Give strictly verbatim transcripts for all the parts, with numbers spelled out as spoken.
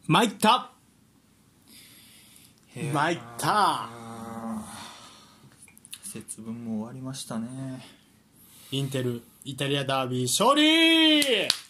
参った参った節分も終わりましたね。 インテルイタリアダービー勝利。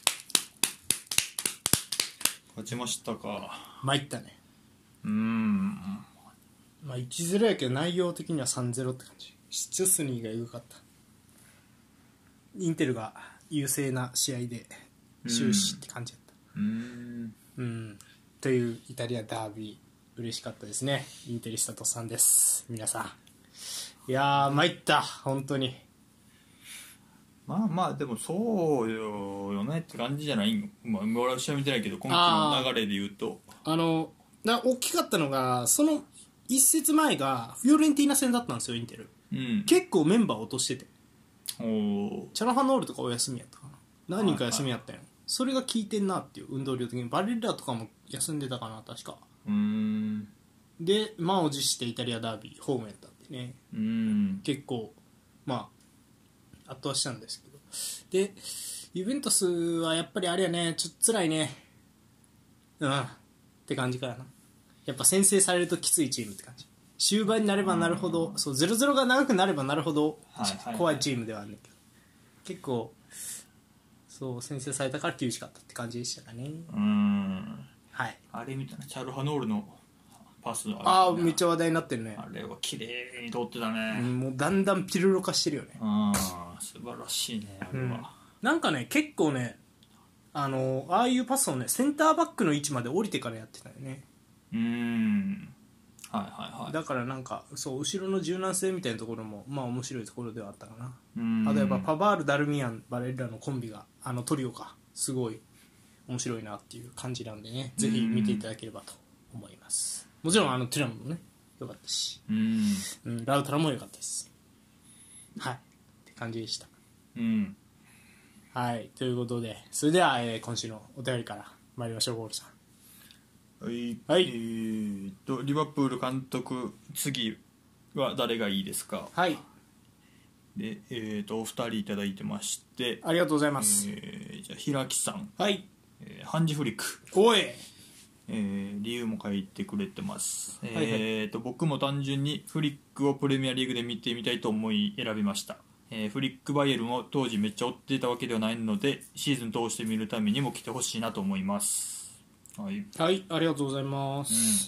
勝ちましたか。 参ったね。 うーん、 まあ いちたいゼロ やけど内容的には さんたいゼロ って感じ。シチュスニーがエグかった。インテルが優勢な試合で終始って感じだった。 うーん、 うん、というイタリアダービー嬉しかったですね。インテリスタトさんです。皆さん、いやー参った本当に。 まあまあでもそうよよねって感じじゃないの。まあ俺は試合見てないけど今季の流れで言うとあのな大きかったのがその一節前がフィオレンティーナ戦だったんですよ。インテル、 うん、 結構メンバー落としてて、 おチャラハノールとかお休みやったかな、何人か休みやったよ。それが効いてんなっていう、運動量的に。バレッラとかも休んでたかな確か。 うーん、 で満を持してイタリアダービーホームやったんでね、 うーん、 結構まあ圧倒したんですけど、でユベントスはやっぱりあれやね、ちょっと辛いね、うんって感じかな。やっぱ先制されるときついチームって感じ。終盤になればなるほど、そう ゼロたいゼロ が長くなればなるほど怖いチームではあるんだけど、結構そう先制されたから厳しかったって感じでしたかね。 うーん、 はい。 あれみたいなチャルハノールのパス、 ああめっちゃ話題になってるね。 あれは綺麗に通ってたね、 うん、もうだんだんピルロ化してるよね。 ああ素晴らしいねあれは、 うん、なんかね結構ねあのああいうパスをねセンターバックの位置まで降りてからやってたよね。 うーん、はいはいはい。 だからなんかそう後ろの柔軟性みたいなところもまあ面白いところではあったかな。 うーん、 例えばパバール・ダルミアン・バレッラのコンビがあのトリオがすごい面白いなっていう感じなんでね、ぜひ見ていただければと思います。もちろんあのテュラムもね良かったし、 うーん、 うん、ラウタラも良かったです。はいって感じでした。 うん、 はいということで、それでは、えー、今週のお便りから参りましょう。ゴールさん。 はい、 はい、 えー、とリバプール監督次は誰がいいですか。 はい、 で、えー、とお二人いただいてまして、 ありがとうございます。 えー、じゃあ平木さん、 はい、 えー、ハンジフリック、 おい、 えー、理由も書いてくれてます、 はいはい、 えー、と僕も単純にフリックをプレミアリーグで見てみたいと思い選びました。えー、フリックバイエルンを当時めっちゃ追っていたわけではないのでシーズン通して見るためにも来てほしいなと思います。はい、 はい、ありがとうございます。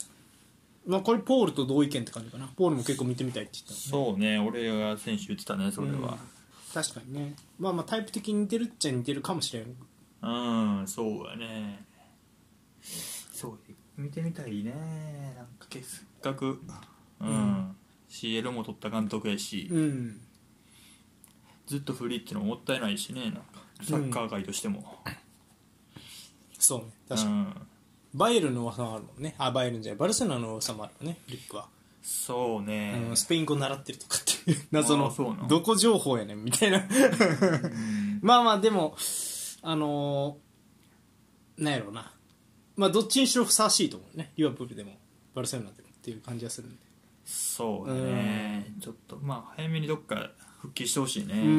うん、まあこれポールと同意見って感じかな。ポールも結構見てみたいって言ったのね。 そうね、俺が選手言ってたねそれは、 うん、確かにね。まあまあタイプ的に似てるっちゃ似てるかもしれん。 うん、そうやね。そう見てみたいね。なんかせっかく、うん、うん、シーエル も取った監督やし、 うん、 ずっとフリーっていうのももったいないしね、なんかサッカー界としても、うん、 そうね、確かに、うん、バイエルンの噂もあるもんね。あ、バイエルンじゃない、バルセロナの噂もあるもんね、フリックは。 そうね、 うん、スペイン語習ってるとかっていう謎のどこ情報やねんみたいなまあまあでもあのー、なんやろうな、まあどっちにしろふさわしいと思うね。リバプールでもバルセロナでもっていう感じがするんで。 そうね、ちょっとまあ早めにどっか復帰してほしいね。うん、うん、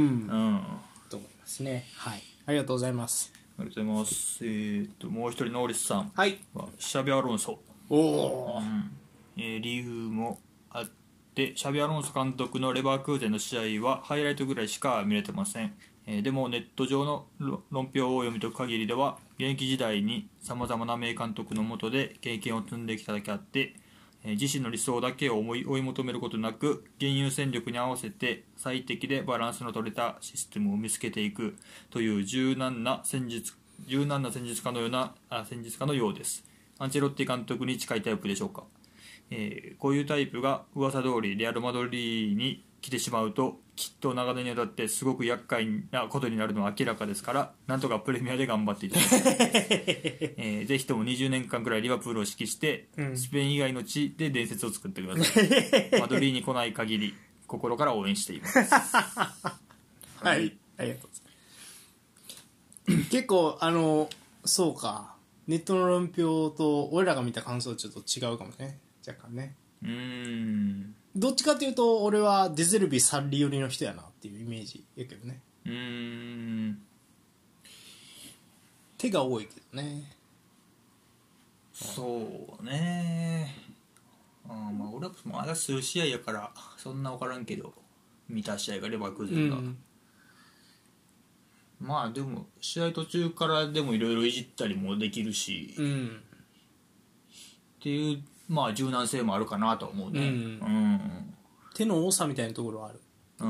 と思いますね。はい、ありがとうございます。 ありがとうございます。えー、ともう一人ノーリスさん、 はい、 シャビアロンソ。 おお、 うん、えー、理由もあってシャビアロンソ監督のレバークーゼンの試合はハイライトぐらいしか見れてません。えー、でもネット上の論評を読み解く限りでは現役時代にさまざまな名監督の下で経験を積んできただけあって、えー、自身の理想だけを思い追い求めることなく現有戦力に合わせて最適でバランスの取れたシステムを見つけていくという柔軟な戦術柔軟な戦術家のようなあ戦術家のようです。アンチェロッティ監督に近いタイプでしょうか。えー、こういうタイプが噂通りレアル・マドリーに来てしまうときっと長年にわたってすごく厄介なことになるのは明らかですから、なんとかプレミアで頑張っていただきたい、えー、ぜひともにじゅうねんかんくらいリバプールを指揮して、うん、スペイン以外の地で伝説を作ってくださいマドリーに来ない限り心から応援していますはい、 はい、ありがとうございます結構あのそうか、ネットの論評と俺らが見た感想はちょっと違うかもね、若干ね。 うーん、 どっちかというと俺はデゼルビ・サッリ寄りの人やなっていうイメージやけどね。 うーん、 手が多いけどね。 そうね、あまあ俺はまだ数試合やからそんな分からんけど、見た試合がレバークーゼンが、うん、まあでも試合途中からでもいろいろいじったりもできるし、うん、っていうまあ柔軟性もあるかなと思うね、うんうん、 手の多さみたいなところはある、うん、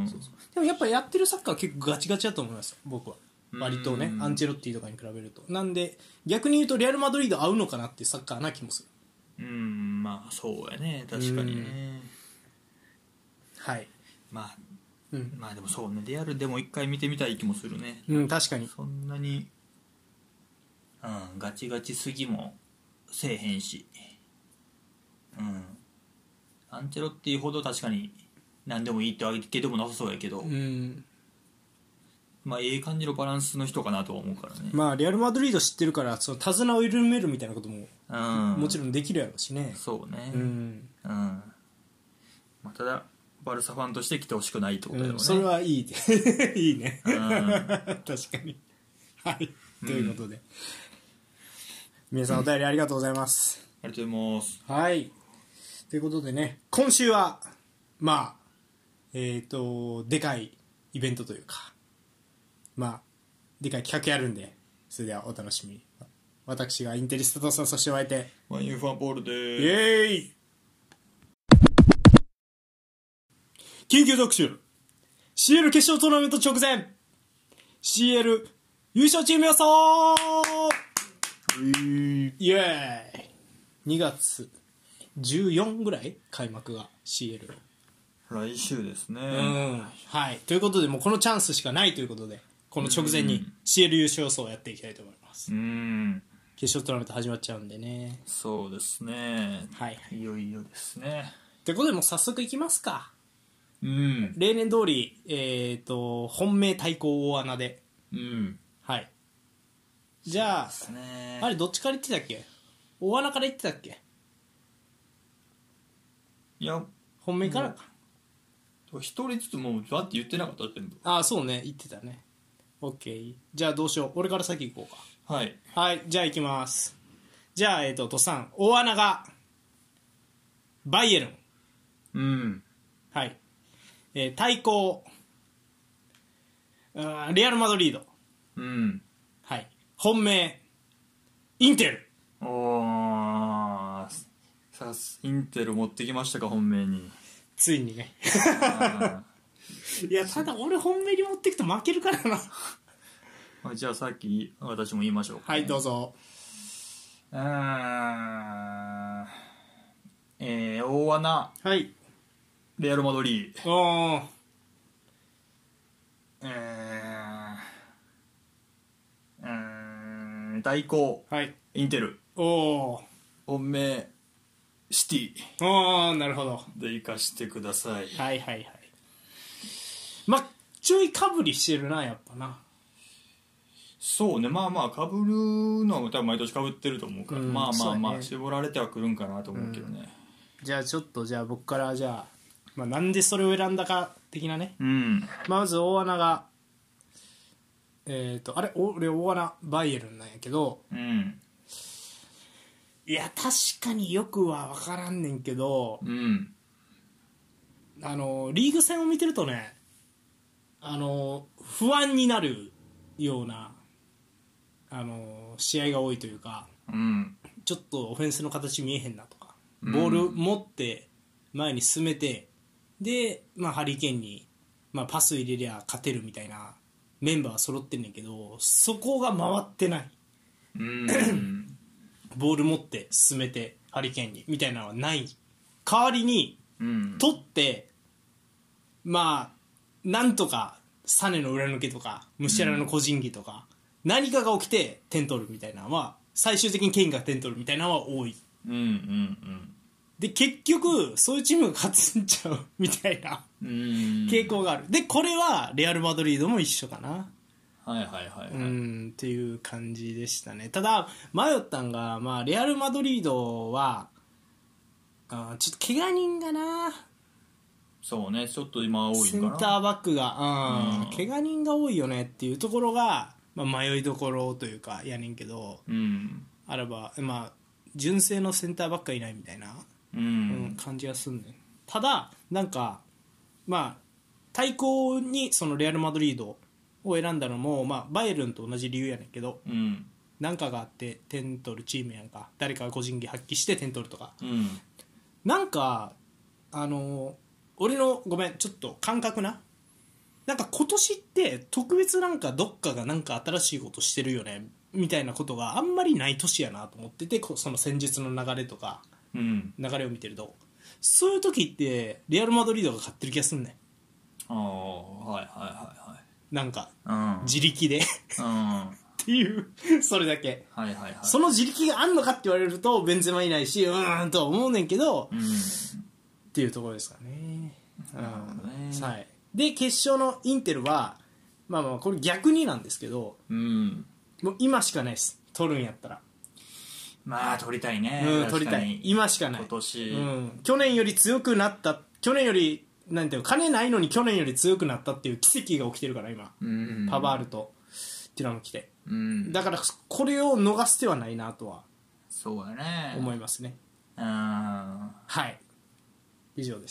そうそうでもやっぱやってるサッカーは結構ガチガチだと思いますよ僕は。割とね、アンチェロッティとかに比べると。なんで逆に言うとレアル・マドリード合うのかなっていうサッカーな気もする。うんまあそうやね、確かにね。 はい。 まあ、うん、まあでもそうね、レアルでも一回見てみたい気もするね。 うん確かに。 そんなに、うん、ガチガチすぎもせえへんし、うん、アンチェロッティほど確かに何でもいいってわけでもなさそうやけど。うん。まあいい感じのバランスの人かなとは思うからね。 まあレアル・マドリード知ってるからその手綱を緩めるみたいなことも、うん、もちろんできるやろうしね。 そうね、うんうんまあ、ただバルサファンとして来てほしくないってことだよね、うん、 それはいいいいね、うん、確かにはいということで、うん、皆さんお便りありがとうございます、 うん、ありがとうございます。 はいということでね、今週はまあえっ、ー、とでかいイベントというかまあでかい企画やるんで、それではお楽しみに。私がインテリスタトさん、そしてお相手マンユーファンポールでーす。 イエーイ緊急特集 シーエル 決勝トーナメント直前 シーエル 優勝チーム予想イエーイにがつじゅうよっかぐらい開幕が シーエル来週ですね、 うんはいということでもうこのチャンスしかないということでこの直前に シーエル 優勝予想をやっていきたいと思います。うん決勝トーナメント始まっちゃうんでね。 そうですね、はい、いよいよですね。 ってことでもう早速いきますか。うん例年通り、えー、と本命対抗大穴で、うんはいじゃあ、ね、あれどっちから言ってたっけ、大穴から言ってたっけ。 いや本命からか一人ずつもうバッて言ってなかった全部。 ああそうね言ってたね。オッケーじゃあどうしよう、俺から先行こうか。 はいはいじゃあ行きます。じゃあえっ、ー、とトさん大穴がバイエルン、うんはい、えー、対抗あレアル・マドリード、うんはい本命インテル。 おーさすインテル持ってきましたか本命に。 ついにねいやただ俺本命に持っていくと負けるからなじゃあさっき私も言いましょうか、 ね、はいどうぞ。 あえー、大穴はいレアル・マドリーおーえー、えー、対抗はいインテルおー本命シティ。 ああなるほどで生かしてください。 はいはいはいまあちょいかぶりしてるなやっぱな。 そうねまあまあかぶるのは多分毎年かぶってると思うから、うん、まあまあまあ、ね、絞られてはくるんかなと思うけどね、 うん、じゃあちょっとじゃあ僕からじゃあ、まあ、なんでそれを選んだか的なね、うんまあ、まず大穴がえっ、ー、とあれ俺大穴バイエルンなんやけどうんいや確かによくは分からんねんけど、うん、あのリーグ戦を見てるとねあの不安になるようなあの試合が多いというか、うん、ちょっとオフェンスの形見えへんなとかボール持って前に進めてで、まあ、ハリケーンに、まあ、パス入れりゃ勝てるみたいなメンバー揃ってんねんけどそこが回ってない、うんボール持って進めてハリケーンにみたいなのはない代わりに、うん、取ってまあなんとかサネの裏抜けとかムシアラの個人技とか、うん、何かが起きて点取るみたいなのは最終的にケインが点取るみたいなのは多い、うんうんうん、で結局そういうチームが勝つんちゃうみたいな傾向がある。でこれはレアル・マドリードも一緒かな。はいはいはい、はい、うんっていう感じでしたね。ただ迷ったんが、まあ、レアル・マドリードはあちょっと怪我人がなそうねちょっと今多いかなセンターバックが、うんうん、怪我人が多いよねっていうところが、まあ、迷いどころというかやねんけど、うん、あれば、まあ、 純正のセンターばっかいないみたいな、 うんうん感じがするね。ただなんかまあ対抗にそのレアル・マドリードを選んだのも、まあ、バイエルンと同じ理由やねんけど、 うんなんかがあって点取るチームやんか、誰かが個人技発揮して点取るとか、 うんなんかあの俺のごめんちょっと感覚な、なんか今年って特別なんかどっかがなんか新しいことしてるよねみたいなことがあんまりない年やなと思ってて、こその戦術の流れとかうん流れを見てると、そういう時ってレアル・マドリードが勝ってる気がすんねん。 ああはいはいはなんかいはい自力でっうんうんていうそれだけ、 はいはいはいその自力があんのかって言われるとベンゼマいないし、うーんとは思うねんけど、 うんっていうところですかね。 なるほどねはい、で決勝のインテルはまあまあこれ逆になんですけど、 うんもう今しかないです、取るんやったら、 まあ取りたいね、 うん、取りたい確かに今しかない今年、 うん、去年より強くなった、去年よりなんていうの金ないのに去年より強くなったっていう奇跡が起きてるから今、 うんパバールとティラノ来て、 うんだからこれを逃す手はないなとはそうだね思いますね。 うんはい以上です。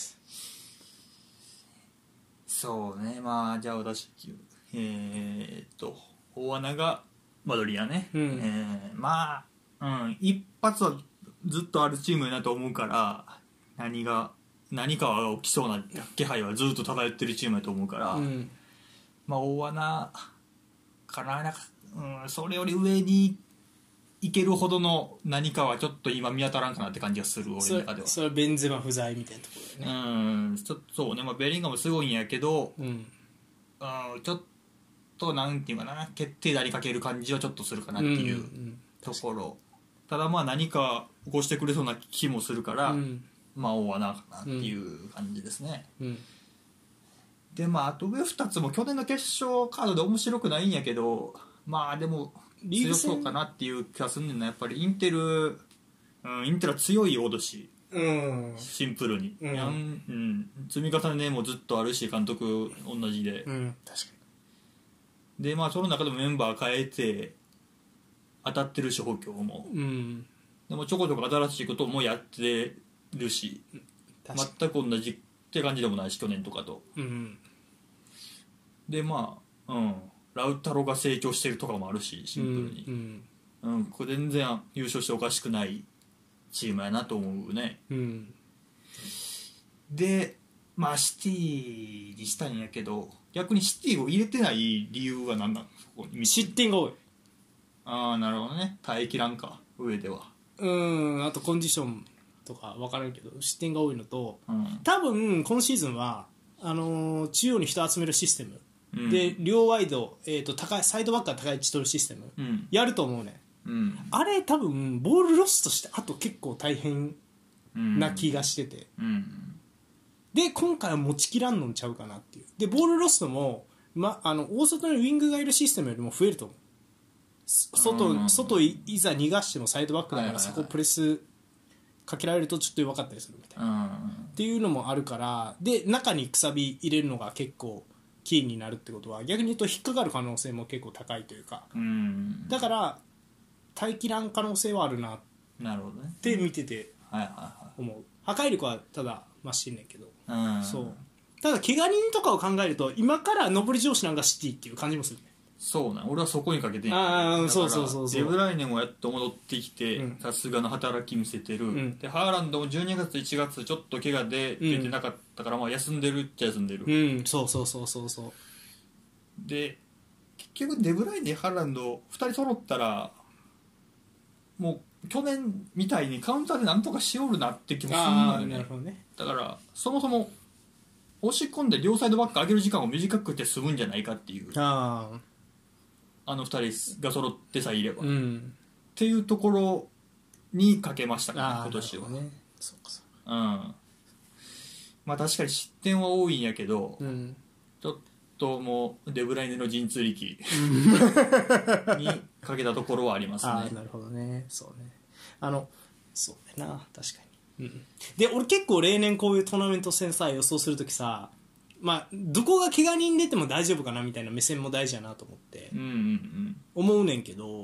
そうねまあじゃあ私えー、っと大穴がマドリアね、 うんえー、まあ、うん、一発はずっとあるチームやなと思うから何が何かが起きそうな気配はずっと漂ってるチームやと思うから、 うんまあ大穴かな、なんか、うん、それより上にいけるほどの何かはちょっと今見当たらんかなって感じがする俺それの中では。 それはベンゼマ不在みたいなところだよね。 うんちょっとそうね、まあ、ベリンガムすごいんやけど、 うんうんちょっとなんていうかな決定打にかける感じはちょっとするかなっていううんうんところ、ただまあ何か起こしてくれそうな気もするから、 うんまあ大穴かなっていう感じですね、 うんでまああと上ふたつも去年の決勝カードで面白くないんやけど、まあでも強リーグ戦そうかなっていう気がするんだよなやっぱりインテル、うん、インテルは強い大年うんシンプルに、 うんやんうん、積み重ねもずっとあるし監督同じで、 うん確かでまあその中でもメンバー変えて当たってるし補強もにうんでもちょこちょこ新しいこともやってるし確か全く同じって感じでもないし去年とかとにうんでまあうんラウタロが成長してるとかもあるしシンプルに、 うんうんこれ全然優勝しておかしくないチームやなと思うね。 うんでまあシティにしたいんやけど逆にシティを入れてない理由は何なのそこに失点が多い。 ああなるほどね耐えきらんか上ではうんあとコンディションとか分からんけど失点が多いのと、 うん多分今シーズンはあのー中央に人を集めるシステム、 うんで両ワイド、えー、と高いサイドバックが高い位置取るシステム、 うんやると思うね。 うんあれ多分ボールロスとしてあと結構大変うんな気がしてて、 うんで今回は持ちきらんのんちゃうかなっていう。でボールロストも、ま、あの大外にウィングがいるシステムよりも増えると思う。外、 うん外いざ逃がしてもサイドバックだかはいはいはいらそこプレスかけられるとちょっと弱かったりするみたいな、 うんっていうのもあるから、で中にくさび入れるのが結構キーになるってことは逆に言うと引っかかる可能性も結構高いというか、 うんだから耐えきらん可能性はあるなっなるほどねて見ててはいは思う。破壊力はただ増してんねんけど、 いはいうんそうただ怪我人とかを考えると今から上り調子なんかシティっていう感じもするね。 そうなん俺はそこにかけてんやあーだからそうそうそうそうデブライネもやっと戻ってきてうんさすがの働き見せてる、 んでハーランドもじゅうにがついちがつちょっと怪我で出てなかったから、まあ休んでるっちゃ休んでる、 うんそうそうそうそうそうで結局デブライネハーランドふたり揃ったらもう去年みたいにカウンターでなんとかしおるなって気もするああなのよねるほどね。 だからそもそも押し込んで両サイドバック上げる時間を短くて済むんじゃないかっていうあああのふたりが揃ってさえいれば、っうんていうところにかけましたねああ今年は、 なるほどね。そうかそうんまあ確かに失点は多いんやけど、 ううんちょっともうデブライネの神通力にかけたところはありますね。 ああなるほどね。そうねあのそうだな確かに、うん、で俺結構例年こういうトーナメント戦さ予想するときさ、まあどこが怪我人出ても大丈夫かなみたいな目線も大事やなと思ってうんうん思うねんけど、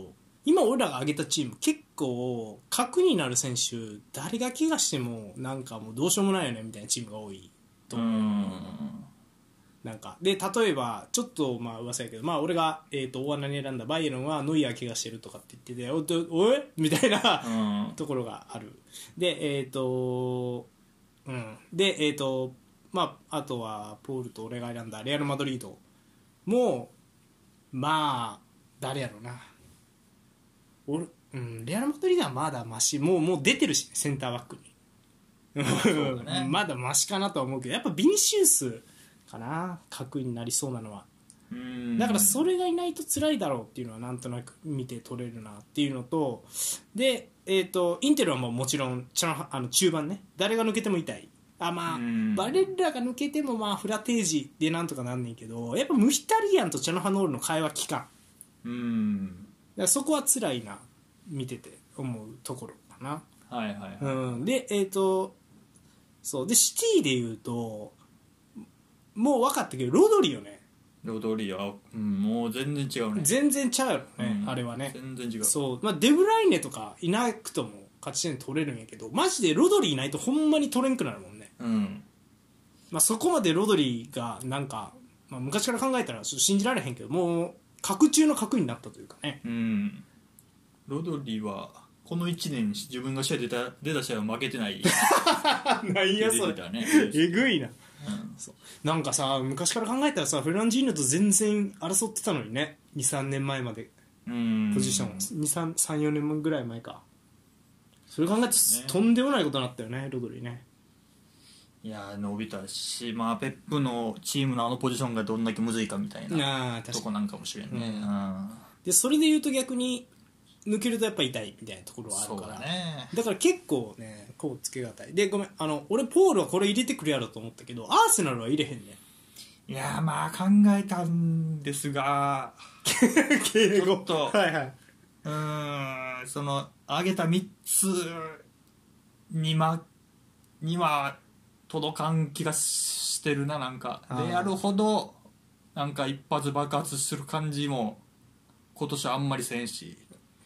今俺らが挙げたチーム結構核になる選手誰が怪我してもなんかもうどうしようもないよねみたいなチームが多いとう思う。 んなんかで例えばちょっとまあ噂やけど、まあ、俺が、えー、と大穴に選んだバイエルンはノイアー怪我してるとかって言ってておどおいみたいな、 うんところがある。でえっ、とうんでえっ、とまああとはポールと俺が選んだレアル・マドリードもまあ誰やろうな俺、うん、レアル・マドリードはまだマシもうもう出てるし、ね、センターバックにそうだねまだマシかなとは思うけどやっぱビニシウスかな核になりそうなのは。 うんだからそれがいないと辛いだろうっていうのはなんとなく見て取れるなっていうのとで、えー、とインテルはもうもちろんちゃあの中盤ね誰が抜けても痛いあ、まあ、 うんバレッラが抜けてもまあフラテージでなんとかなんねんけどやっぱムヒタリアンとチャノハノールの会話期間うんだからそこは辛いな見てて思うところかな。 はいはいはい、 うん、でえっ、とそうでシティでいうともう分かったけどロドリよねロドリア、うん、もう全然違うね。 全然ちゃうよね、 うんあれはね全然違う。 そう、まあ、デブライネとかいなくとも勝ち点取れるんやけどマジでロドリいないとほんまに取れんくなるもんね、 うんまあ、そこまでロドリがなんか、まあ、昔から考えたらちょっと信じられへんけどもう格中の格になったというかねうんロドリはこのいちねん自分が試合出た出た試合は負けてない何やそれ出てたねえぐいな、 うんそうなんかさ昔から考えたらさフェランジーニョと全然争ってたのにね にさんねんまえまでうんポジションさんよねんぐらい前かそれ考えて、 ねとんでもないことになったよねロドリね。 いや伸びたし、まあ、ペップのチームのあのポジションがどんだけむずいかみたいなああ確かにとこなんかもしれんね、 うんうんでそれで言うと逆に抜けるとやっぱ痛いみたいなところはあるそうからだねだから結構ねこうつけがたいでごめんあの俺ポールはこれ入れてくるやろと思ったけどアーセナルは入れへんねいやまあ考えたんですが敬ちょっとはいはいうーんその挙げたみっつにまには届かん気がしてるななんかあーでやるほどなんか一発爆発する感じも今年はあんまりせんし、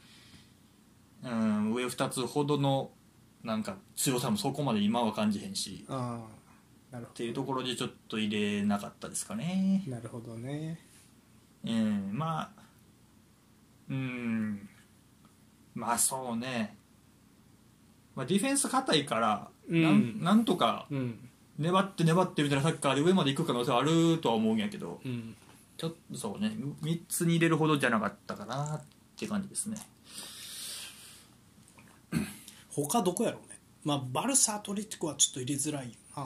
うん上ふたつほどのなんか強さもそこまで今は感じへんしああなるほっていうところでちょっと入れなかったですかね。 どなるほどねうんまあうんまあそうね、まあ、ディフェンス硬いから、 うんなんなんとかうん粘って粘ってみたいなサッカーで上まで行く可能性はあるとは思うんやけどうんちょっとそうねみっつに入れるほどじゃなかったかなって感じですね。 他どこやろうねまあバルサアトレティコはちょっと入れづらいよな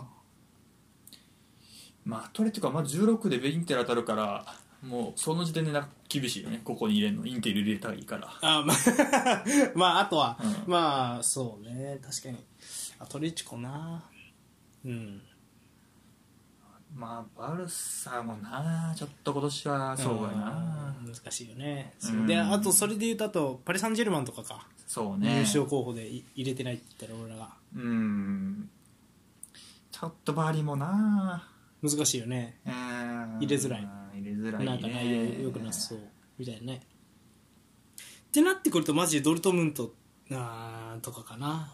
まあトレっていうかまあじゅうろくでベインテル当たるからもうその時点でな厳しいよねここに入れるのインテル入れたらいいから。 あまあまああとは、 うんまあそうね確かにアトレティコなうんまあバルサもなちょっと今年はそうやなうん難しいよね、 うんそうであとそれで言うとあとパリ・サンジェルマンとかか、 そうね優勝候補でい入れてないって言ったら俺らがうんちょっとバリもな難しいよね入入れづらい入れづらいねなんか内容良くなさそうみたいなねってなってくるとマジでドルトムントあーとかかな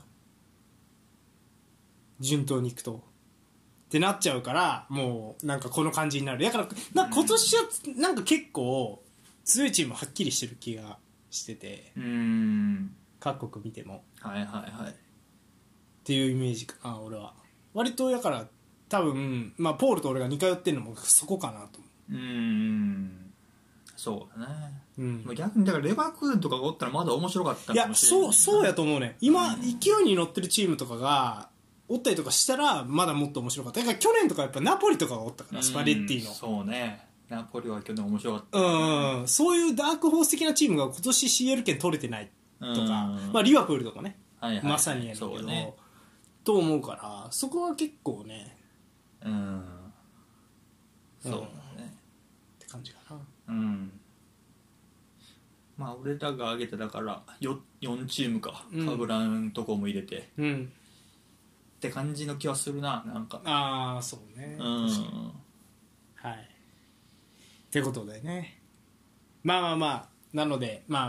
順当にいくとってなっちゃうからもうなんかこの感じになるだからなんか今年はなんか結構強いチームはっきりしてる気がしててうん各国見てもはいはいはいっていうイメージかな俺は割とだから多分、まあ、ポールと俺が似通ってるのもそこかなと思うんそうだね、 う、うんまあ、逆にだからレバークーゼンとかがおったらまだ面白かったいやかもしれないそうそうやと思うね今、 うん勢いに乗ってるチームとかがおったりとかしたらまだもっと面白かっただから去年とかやっぱナポリとかがおったからスパレッティのうんそうねナポリは去年面白かったうね、 ん、そういうダークホース的なチームが今年 シーエル 権取れてないとか、 うんまあ、リバプールとかね、 はいはい、 まさにやるけど、 そうねと思うからそこは結構ねうんそうだねって感じかなうんまあ俺らが挙げただからよよんチームか、 うんカブランとこも入れてうんって感じの気はするななんかああそうね、 うん確かにはいってことでねまあまあまあなのでまあ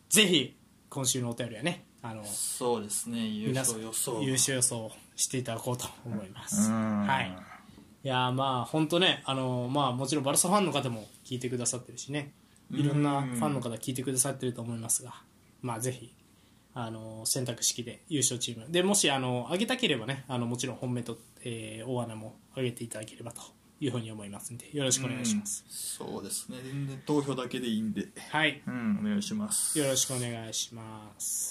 ぜひ今週のお便りはねあのそうですね、優皆さん勝予想優勝予想をしていただこうと思います。 うんはい。いやまあ本当ねあのまあもちろんバルサファンの方も聞いてくださってるしね、いろんなファンの方聞いてくださってると思いますが、まあぜひあの選択式で優勝チームでもしあの上げたければねあのもちろん本命と、えー、大穴も上げていただければというふうに思いますのでよろしくお願いします。 そうですね、全然投票だけでいいんで、 はい、 うん、お願いします。 よろしくお願いします。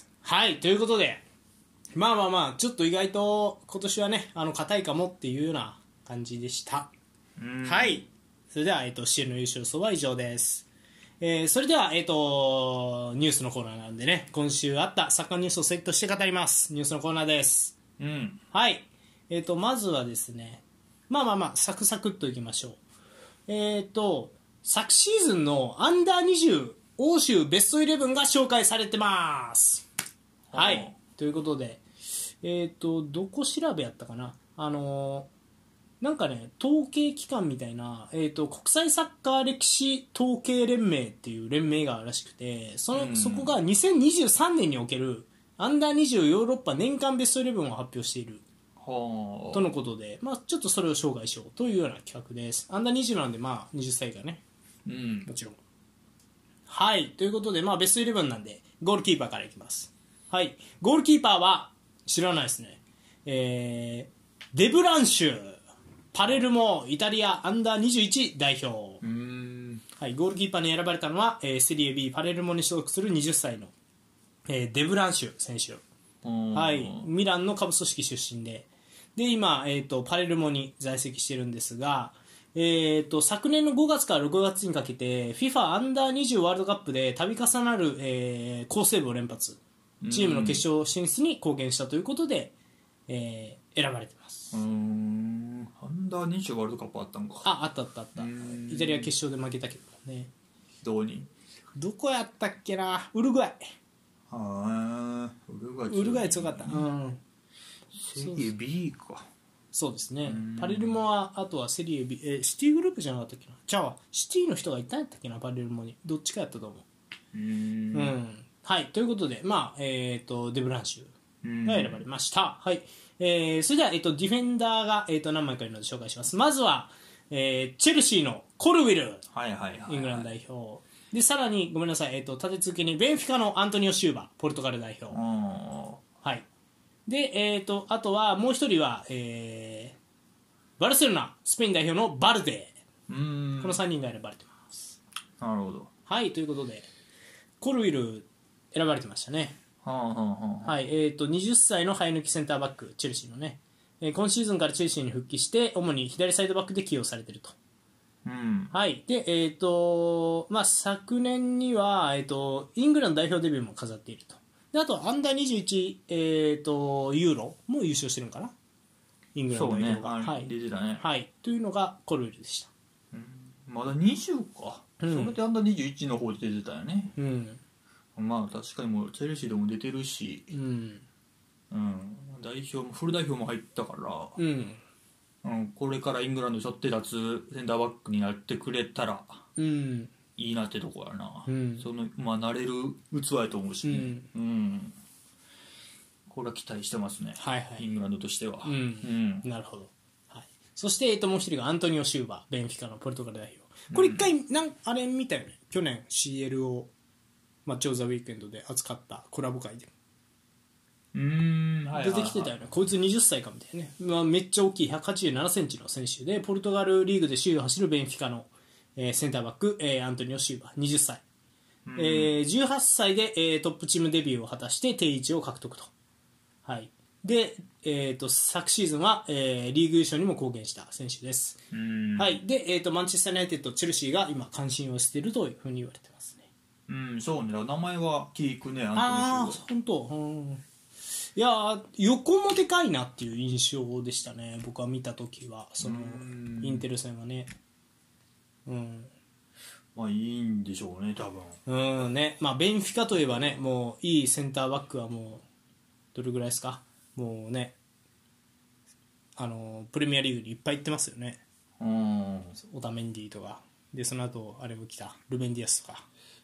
はいということでまあまあまあちょっと意外と今年はねあの硬いかもっていうような感じでした。はいそれでは、えー、と シーエル の優勝予想は以上です。えー、それでは、えー、とニュースのコーナーなんでね今週あったサッカーニュースをセットして語ります。ニュースのコーナーです。 うんはい、えー、とまずはですねまあまあまあサクサクっといきましょう。えー、と昨シーズンのアンダーにじゅう欧州ベストイレブンが紹介されてます。はいということでえー、とどこ調べやったかなあのーなんかね統計機関みたいな、えー、と国際サッカー歴史統計連盟っていう連盟があるらしくて そ, の、 うん、 そこがにせんにじゅうさんねんにおけるアンダーにじゅうヨーロッパ年間ベストイレブンを発表しているはあとのことで、まあ、ちょっとそれを紹介しようというような企画です。アンダーにじゅうなんで、まあ、はたち以下ねうんもちろん。はいということで、まあ、ベストイレブンなんでゴールキーパーからいきます。はいゴールキーパーは知らないですね、えー、デブランシュパレルモイタリアアンダーにじゅういち代表、 うーんはい、ゴールキーパーに選ばれたのは、えー、セリエ B パレルモに所属するはたちの、えー、デブランシュ選手、はい、ミランの下部組織出身でで今、えー、とパレルモに在籍しているんですが、えー、と昨年のごがつからろくがつにかけて FIFA アンダーにじゅうワールドカップで度重なる、えー、好セーブを連発チームの決勝進出に貢献したということで、えー、選ばれています。 うーんアンダーにじゅうワールドカップあったんか。 ああったあったあったイタリア決勝で負けたけどね。 どうにどこやったっけなウルグアイはあウルグアイウルグアイ強かった、うん、 セリエ B か。 そうですねパレルモはあとはセリエ B えシティグループじゃなかったっけなじゃあシティの人がいたんやったっけなパレルモにどっちかやったと思う。 うーんうんはいということでまあえっ、ー、とデブランシュが選ばれました。はい、えー、それでは、えー、とディフェンダーが、えー、と何枚かいるので紹介します。まずは、えー、チェルシーのコルウィル、 はいはいはいはい、 イングランド代表でさらにごめんなさい、えー、と立て続けにベンフィカのアントニオ・シューバポルトガル代表、はいでえー、とあとはもう一人は、えー、バルセロナスペイン代表のバルデうーんこのさんにんが選ばれてます。 なるほど。 はいということでコルウィル選ばれてましたね。 はあはあはあ、 はいえー、とはたちの生え抜きセンターバックチェルシーのね、えー、今シーズンからチェルシーに復帰して主に左サイドバックで起用されていると。 うんはいでえーとまあ、昨年には、えー、とイングランド代表デビューも飾っていると。であとアンダーにじゅういち、えー、とユーロも優勝してるのかなイングランド代表が、 そうね、 はい出てたね、 はい、というのがコルウィルでした。 うん、まだにじゅうか、うん、それでアンダーにじゅういちの方で出てたよね。 うんまあ確かにもうチェルシーでも出てるし、 うんうん、代表もフル代表も入ったから、 うんうん、これからイングランド背負って立つセンターバックになってくれたらうんいいなってとこやな、 うん、 そのまあ慣れる器やと思うし、ねうんうん、これは期待してますね、 はいはい、 イングランドとしては、 うんうん、なるほど、はい、そして、えっと、もう一人がアントニオ・シューバベンフィカのポルトガル代表これ一回、うん、なんあれ見たよね去年 シーエル をマッチョ・ザ・ウィークエンドで扱ったコラボ会でうーん、はいはいはい、 出てきてたよね。こいつはたちかみたいなね、まあ、めっちゃ大きいひゃくはちじゅうななセンチの選手でポルトガルリーグで首位を走るベンフィカの、えー、センターバック、えー、アントニオ・シューバーはたち、うんえー、じゅうはっさいで、えー、トップチームデビューを果たして定位置を獲得と、はいでえー、と昨シーズンは、えー、リーグ優勝にも貢献した選手です、 うんはいでえー、とマンチェスター・ユナイテッドチェルシーが今関心をしているというふうに言われてますね。 うんそうね、名前は聞くね、アントニオ・シューバー。 ああ本当、うんいや横もでかいなっていう印象でしたね僕は見たときはそのインテル戦はねうんまあいいんでしょうね多分うんねまあベンフィカといえばねもういいセンターバックはもうどれぐらいですかもうねあのプレミアリーグにいっぱい行ってますよね。 うんオタメンディとかでその後あれも来たルベンディアスとか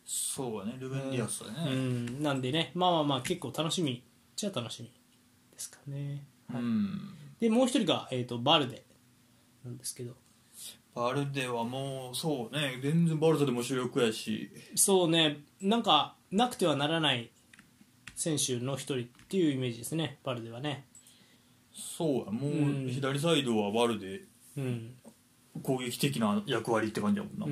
そうだね、ルベン・ディアスだね、 うん、なんでね、まあまあまあ結構楽しみじゃ楽しみですかね、はい、 うん、 でもう一人が、えー、とバルデなんですけど、 バルデはもうそうね、全然バルサでも主力やし、 そうね、なんかなくてはならない選手の一人っていうイメージですね、バルデはね。 そうや、もううん左サイドはバルデ、 うん、 攻撃的な役割って感じだもんな、 うん、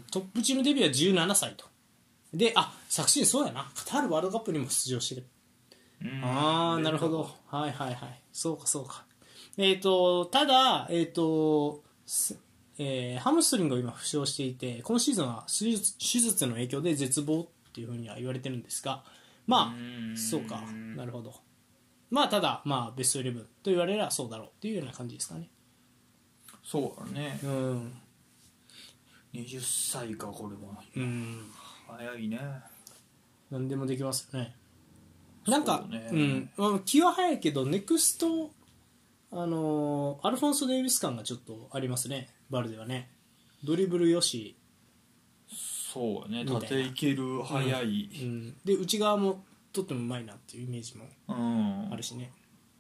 トップチームデビューはじゅうななさいと。で、あ、昨シーズンそうやな、カタールワールドカップにも出場してる。 うんああ、なるほど、はいはいはい、そうかそうか。えっ、とただ、えっ、とえーハムストリングを今負傷していて、今シーズンは手術手術の影響で絶望っていうふうには言われてるんですが、まあそうか、なるほど。まあただ、まあ、ベストイレブンと言われればそうだろうっていうような感じですかね。 そうだね、 うん、 はたちか、これはうん、 早いね。 何でもできますよね。なんかそうね、 うんまあ、気は早いけどネクスト、あのーアルフォンソ・デイビス感がちょっとありますね、バルデはね。ドリブルよし、 そうやね、 みたいな縦いける、速い、 うん、で内側もとってもうまいなっていうイメージもうん、 あるしね、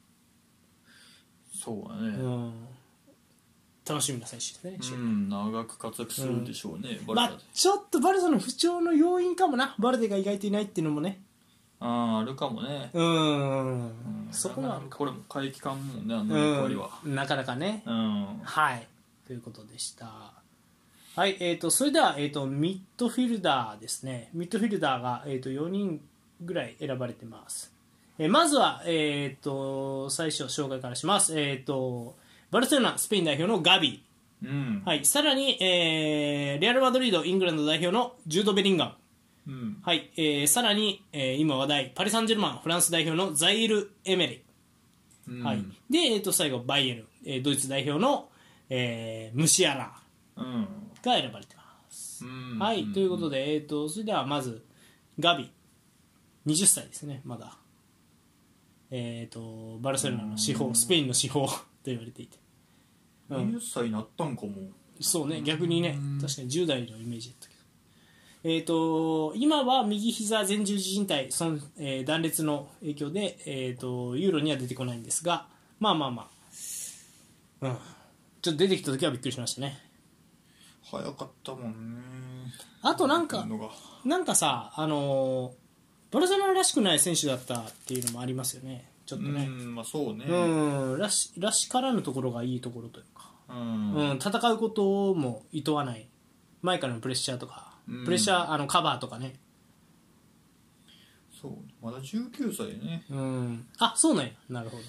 そうやね、 うん、楽しみな選手ですね、 うん、長く活躍するでしょうね、バルサで。 まあ、ちょっとバルサの不調の要因かもな、バルデが意外といないっていうのもね、 ああ、あるかもね、 うん、 うん、 そこもあるかこれも回帰感もね、あのも、 役割は、 うん、なかなかね、 うん、 はいということでした。はい、えー、とそれでは、えー、とミッドフィルダーですね。ミッドフィルダーが、えー、とよにんぐらい選ばれてます。えーまずは、えー、と最初紹介からします。えー、とバルセロナスペイン代表のガビ、 うんはい、さらに、えーレアル・マドリードイングランド代表のジュード・ベリンガム、 うんはいえーさらに、えー今話題パリ・サンジェルマンフランス代表のザイール・エメリ、 うんはい、で、えー、と最後バイエルン、えードイツ代表の、えームシアラうんが選ばれてます。 うんはい、ということで、えー、とそれではまずガビ、はたちですね、まだ、えー、とバルセロナの至宝、スペインの至宝と言われていて、うん、 にじゅっさいになったんかも。 そうね、逆にね、確かにじゅう代のイメージだったけど、えー、と今は右膝前十字靭帯損、えー断裂の影響で、えー、とユーロには出てこないんですが、まあまあまあ、うん、ちょっと出てきた時はびっくりしましたね。 早かったもんね。 あとなんかのがなんかさ、あのーバルセロナらしくない選手だったっていうのもありますよね、ちょっとね。 うんまあそうね。 うん、らしらしからぬところがいいところというか、 うんうん、戦うことも厭わない、前からのプレッシャーとか、 うんプレッシャーあのカバーとかね、 そうまだじゅうきゅうさいね。 うん、あ、そうなんや、なるほ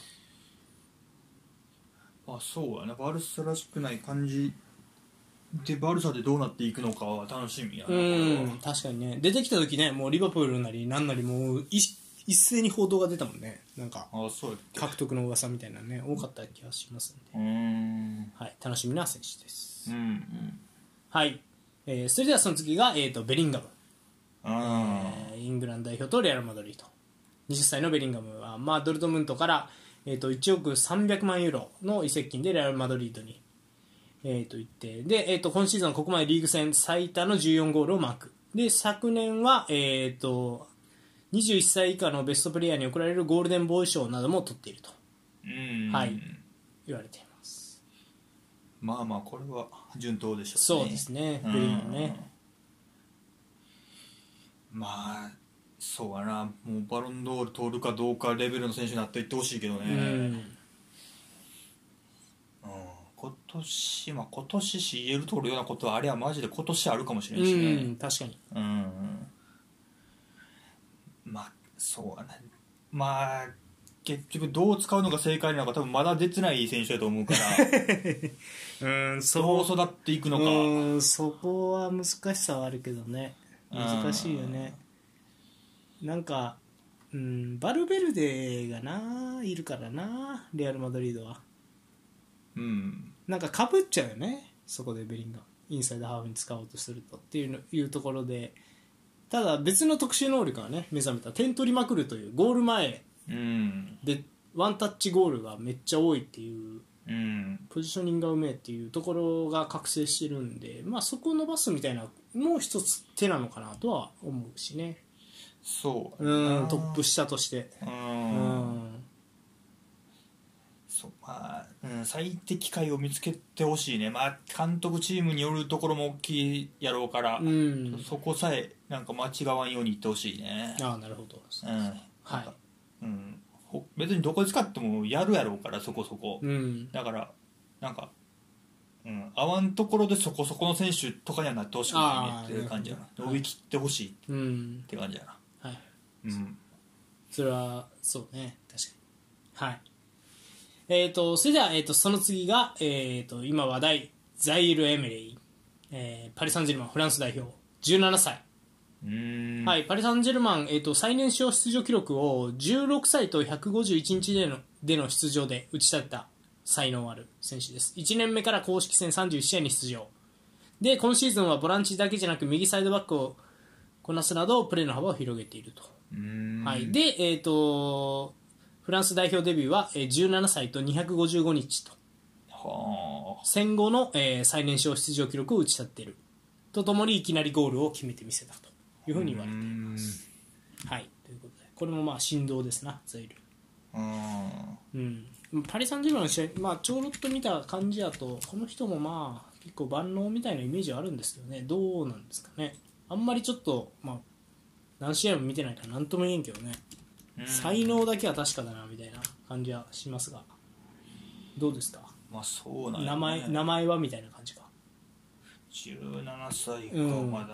ど。 あそうやね、バルサらしくない感じでバルサでどうなっていくのかは楽しみやな。 うん、確かにね、出てきた時ね、もうリバプールなりなんなりもう一一斉に報道が出たもんね、なんかあそうやっけ。 獲得の噂みたいなね、多かった気がしますんで、 うーんはい、楽しみな選手です。 うんうんはい、えーそれではその次が、えー、とベリンガム、 あえーイングランド代表とレアル・マドリード、はたちのベリンガムは、まあ、ドルトムントから、えー、といちおくさんびゃくまんユーロの移籍金でレアル・マドリードに、えー、と行ってで、えー、と今シーズンはここまでリーグ戦最多のじゅうよんゴールをマークで、昨年は、えー、とにじゅういっさい以下のベストプレイヤーに贈られるゴールデンボーイ賞なども取っていると、 うんはい言われています。 まあまあこれは順当でしょうね。 そうですね、ベリンガムね、 まあそうやな、もうバロンドール取るかどうかレベルの選手になっていってほしいけどね。 うんうん今年、まあ、今年 シーエル 取るようなことはあれはマジで今年あるかもしれんしね。 うん、確かにうんまあそうやな、まあ結局どう使うのが正解なのか多分まだ出てない選手だと思うからうんどう育っていくのか。 うんそこは難しさはあるけどね、難しいよね。なんか、うん、バルベルデがないるからな、レアル・マドリードはうんなんかかぶっちゃうよね、そこでベリンガムインサイドハーフに使おうとするとっていうのいうところで、ただ別の特殊能力がね目覚めた、点取りまくるというゴール前うんでワンタッチゴールがめっちゃ多いっていううんポジショニングがうめえっていうところが覚醒してるんで、まあ、そこを伸ばすみたいなもう一つ手なのかなとは思うしね。 そううんトップ下としてううんんそうまあ、うん、最適解を見つけてほしいね、まあ、監督チームによるところも大きいやろうから、 うんそこさえなんか間違わんようにいってほしいね。 ああなるほどうんはいうん、ほ別にどこで使ってもやるやろうからそこそこ、 うんだからなんか、うん、合わんところでそこそこの選手とかにはなってほしくないねっていう感じやな、伸びきってほしいっうんて感じやな、 はいうんそれはそうね確かにはいえーとそれでは、えー、とその次が、えー、と今話題ザイール・エメリー、えーパリ・サンジェルマンフランス代表じゅうななさい、 うーんはい、パリ・サンジェルマン、えー、と最年少出場記録をじゅうろくさいとひゃくごじゅういちにちでのでの出場で打ち立てた才能ある選手です。いちねんめから公式戦さんじゅういち試合に出場で今シーズンはボランチだけじゃなく右サイドバックをこなすなどプレーの幅を広げていると、 うーんはいでえー、とフランス代表デビューはえーじゅうななさいとにひゃくごじゅうごにちとはあ戦後の、えー最年少出場記録を打ち立てているとともにいきなりゴールを決めてみせたというふうに言われています。はいということでこれもまあ振動ですなザイル。 うーんうん、パリ・サンジェルマンの試合、まあ、ちょろっと見た感じだとこの人もまあ結構万能みたいなイメージはあるんですけどねどうなんですかねあんまりちょっと、まあ、何試合も見てないから何とも言えんけどね、 うん才能だけは確かだなみたいな感じはしますがどうですかまあそうなんやね名前名前はみたいな感じかじゅうななさいか、 うんまだ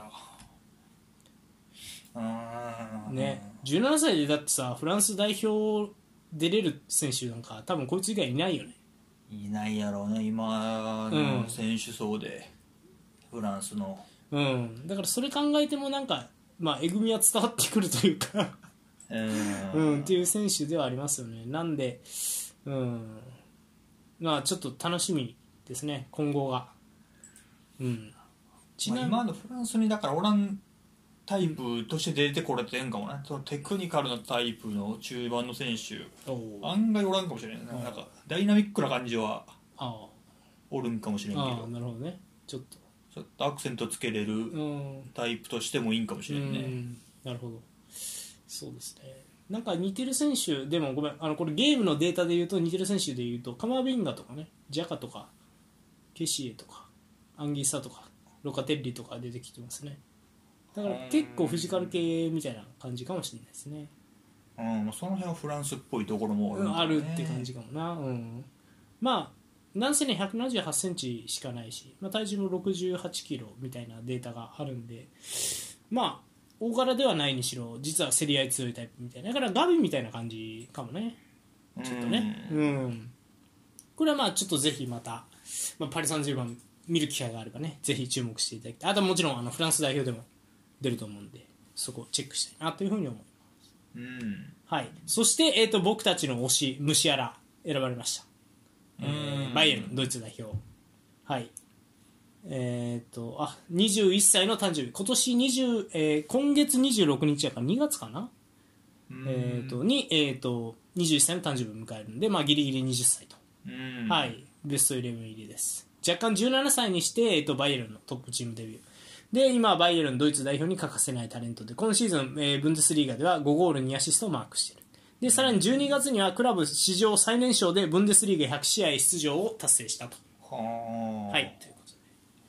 うーんねじゅうななさいでだってさフランス代表出れる選手なんか多分こいつ以外いないよね。 いないやろうね今の選手層で、フランスのうん、だからそれ考えてもなんか、まあ、えぐみは伝わってくるというかうーんうん、っていう選手ではありますよね。なんで、うんまあ、ちょっと楽しみですね今後が、うんちまあ、 なみ今のフランスにだからおらんタイプとして出てこれてんかもね、そのテクニカルなタイプの中盤の選手おう案外おらんかもしれない、なんかダイナミックな感じはあおるんかもしれんけあああどなるほどねちょっとちょっとアクセントつけれるうんタイプとしてもいいんかもしうれんね。 んなるほどそうですねなんか似てる選手でもごめんあのこれゲームのデータで言うと似てる選手で言うとカマビンガとかねジャカとかケシエとかアンギサとかロカテッリとか出てきてますねだから結構フィジカル系みたいな感じかもしれないですねうん、その辺はフランスっぽいところもあるんうんあかもねるって感じかもな、うん、まあなんせねひゃくななじゅうはちセンチしかないし、まあ、体重もろくじゅうはちキロみたいなデータがあるんでまあ大柄ではないにしろ実は競り合い強いタイプみたいなだからガビみたいな感じかもねちょっとねうんうんこれはまあちょっとぜひまた、まあ、パリ・サンジェルマン見る機会があればねぜひ注目していただきたいあとはもちろんあのフランス代表でも出ると思うんでそこをチェックしたいなというふうに思いますうんはい、そして、えー、と僕たちの推しムシアラ選ばれました、えーうんバイエルンドイツ代表はいえー、とあにじゅういっさいの誕生日今年20、えー、今月にじゅうろくにちやからにがつかな、 うんえー、とに、えー、とにじゅういっさいの誕生日を迎えるんで、まあ、ギリギリはたちと、 うんはいベストじゅういち入りです若干じゅうななさいにして、えー、とバイエルンのトップチームデビューで今バイエルンドイツ代表に欠かせないタレントで今シーズン、えーブンデスリーガではごゴールにアシストをマークしているでさらにじゅうにがつにはクラブ史上最年少でブンデスリーガひゃくしあい出場を達成したとはあ、 はいということで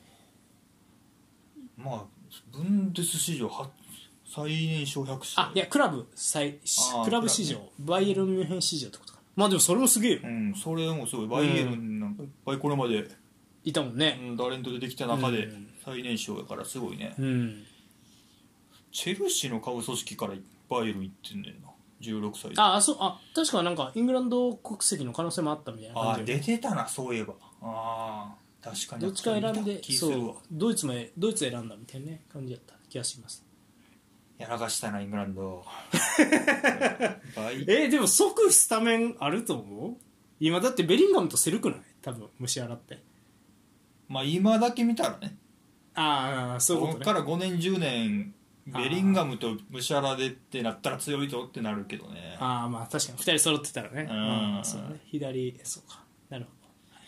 まあブンデス史上は最年少ひゃく試合あいやクラブ最あークラブ史上、バイエルンミュンヘン史上ってことかなまあでもそれもすげえようんそれもすごいバイエルンなんかいっぱいこれまで、 いたもんねうん、タレントでできた中でうん最年少やからすごいね、 うんチェルシーの下部組織からバイエルン行ってんねんなじゅうろくさいでああそうあ確かなんかイングランド国籍の可能性もあったみたいなあ感じで出てたなそういえばああ確かにどっちか選んで気するわそうドイツもドイツ選んだみたいな、ね、感じだった気がしますやらかしたなイングランドバイえー、でも即スタメンあると思う今だってベリンガムとセルクない多分虫洗ってまあ今だけ見たらねああそういうこねことっからごねんじゅうねんベリンガムとムシャラでってなったら強いぞってなるけどねああまあ確かにふたり揃ってたらねうんまあそうね左そうかなるほど、はい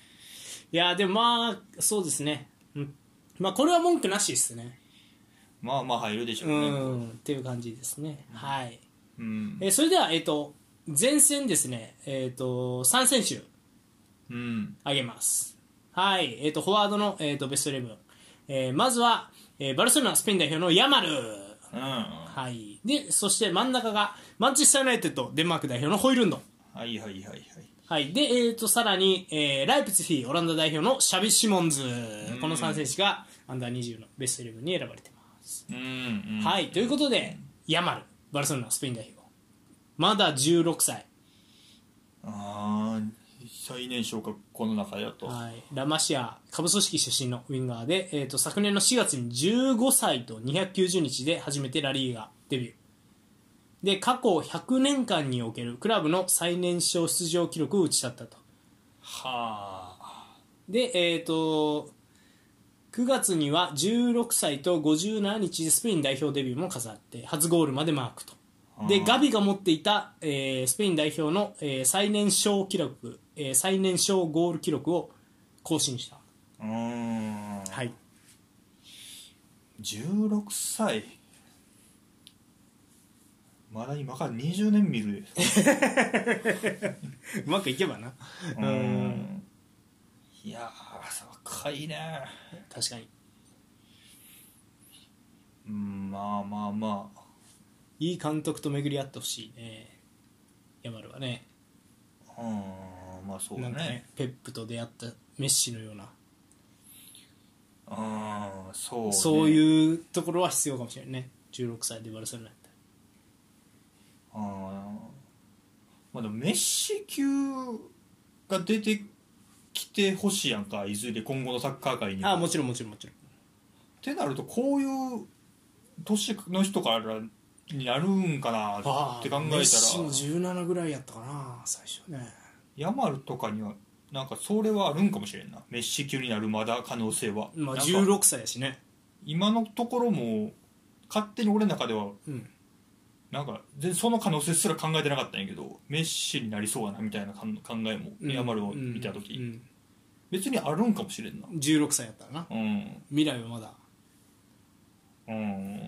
いやでもまあそうですね、うん、まあこれは文句なしですね。 まあまあ入るでしょうね。 うんっていう感じですね、うん、はい、 うん、 えー、それでは、えー、と前線ですね、えー、とさん選手挙げます、うん、はい、えー、とフォワードの、えー、とベストイレブン、えー、まずは、えー、バルセロナスペイン代表のヤマル、 うん、 はい、でそして真ん中がマンチェスターユナイテッドデンマーク代表のホイルンド、 はいはいはいはい、 はい、で、えー、とさらに、えー、ライプツィヒオランダ代表のシャビ・シモンズ、このさん選手がアンダーにじゅうのベストイレブンに選ばれています、 うんうん、 はい、ということでヤマルバルセロナスペイン代表まだじゅうろくさい、 あ最年少かこの中だと、 はい、ラマシア下部組織出身のウィンガーで、えー、と昨年のしがつにじゅうごさいとにひゃくきゅうじゅうにちで初めてラリーガデビューで過去ひゃくねんかんにおけるクラブの最年少出場記録を打ち立ったと。 はあ。 で、えー、とくがつにはじゅうろくさいとごじゅうななにちでスペイン代表デビューも飾って初ゴールまでマークと。でガビが持っていた、えー、スペイン代表の、えー、最年少記録、えー、最年少ゴール記録を更新した。 うーん、 はい、 じゅうろくさい、まだ今からにじゅうねん見るでうまくいけばな。 うーん、いやー若いね。 確かに。 うん、まあまあまあいい監督と巡り合ってほしいね、ヤマルはね。 うん、まあそうね。 なんかね、ペップと出会ったメッシのような、 うん、そうね、 そういうところは必要かもしれないね。じゅうろくさいでバルセロナやったら。 あ、まあ、でもメッシ級が出てきてほしいやんか、いずれ今後のサッカー界に。 ああ、もちろんもちろんもちろん。 ってなるとこういう年の人からになるんかなって考えたら、 メッシもじゅうななぐらいやったかな最初ね。 ヤマルとかにはなんかそれはあるんかもしれんな、メッシ級になるまだ可能性は。 まあじゅうろくさいやしね。 今のところも勝手に俺の中では、 うん、 なんか全然その可能性すら考えてなかったんやけど、メッシになりそうやなみたいな考えも、 うん、 ヤマルを見た時、 うんうん、 別にあるんかもしれんな。 じゅうろくさいやったらな、 うん、 未来はまだ。 うん、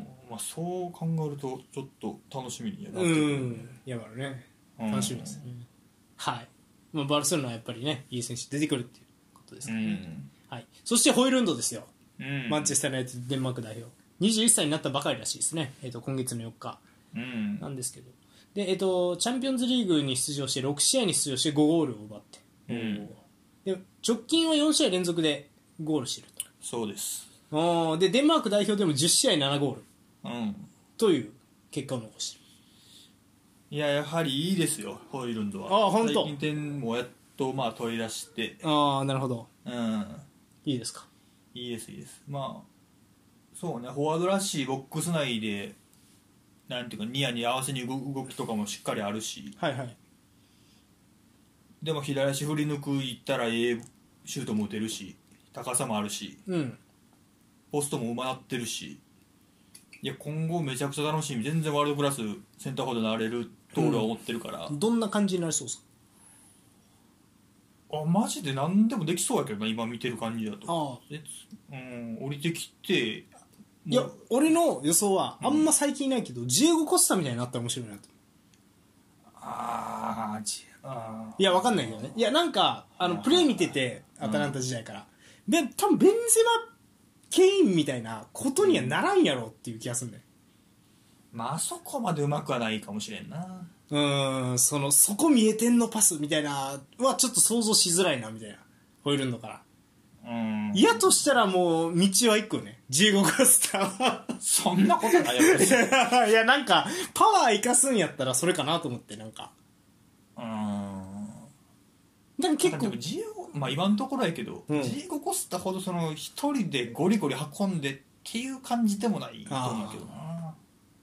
まあ、そう考えるとちょっと楽しみにやなってうくる、 ん、ヤマルね、楽しみですね、うん、はい、まあ、バルセロナはやっぱりねいい選手出てくるっていうことですね、うん、はい、そしてホイルンドですよ、うん、マンチェスター・ユナイテッドデンマーク代表にじゅういっさいになったばかりらしいですね、えー、と今月のよっかなんですけど、で、えー、とチャンピオンズリーグに出場してろくしあいに出場してごゴールを奪って、うん、で直近はよんしあい連続でゴールしてると。 そうです。 でデンマーク代表でもじゅっしあいななゴール、 うん、 という結果を残している。いややはりいいですよホイルンドは。 ああ本当。 最近点もやっとまあ取り出して。 ああなるほど、 うん、 いいですか。 いいですいいです。まあそうね、フォワードらしいボックス内でなんていうかニアに合わせに動動きとかもしっかりあるし、 はいはい、 でも左足振り抜くいったらええシュートも打てるし高さもあるし、 うん、 ポストもうまなってるし、いや今後めちゃくちゃ楽しみ、全然ワールドクラスセンターフォワードになれると俺は思ってるから、 うん、どんな感じになりそうですか。 あマジで何でもできそうやけどな今見てる感じだと。 ああ、 え、うん、降りてきて、 いや俺の予想はあんま最近いないけど、うん、ジエゴ・コスタみたいになったら面白いなと。 あージあいや分かんないけどね、いやなんかあのプレー見ててアタランタ時代から、うん、で多分ベンゼマケインみたいなことにはならんやろっていう気がするんだよ。 まあそこまでうまくはないかもしれんな。 うーん、そのそこ見えてんのパスみたいなはちょっと想像しづらいなみたいな、ホイルンドから。うん、嫌としたらもう道はいっこね、ジエゴ・コスタはそんなことないやいやなんかパワー生かすんやったらそれかなと思って、なんかうーんだから結構ジエゴ、まあ今のところやけど、うん、ジエゴ・コスタほどその一人でゴリゴリ運んでっていう感じでもないと思うけどな。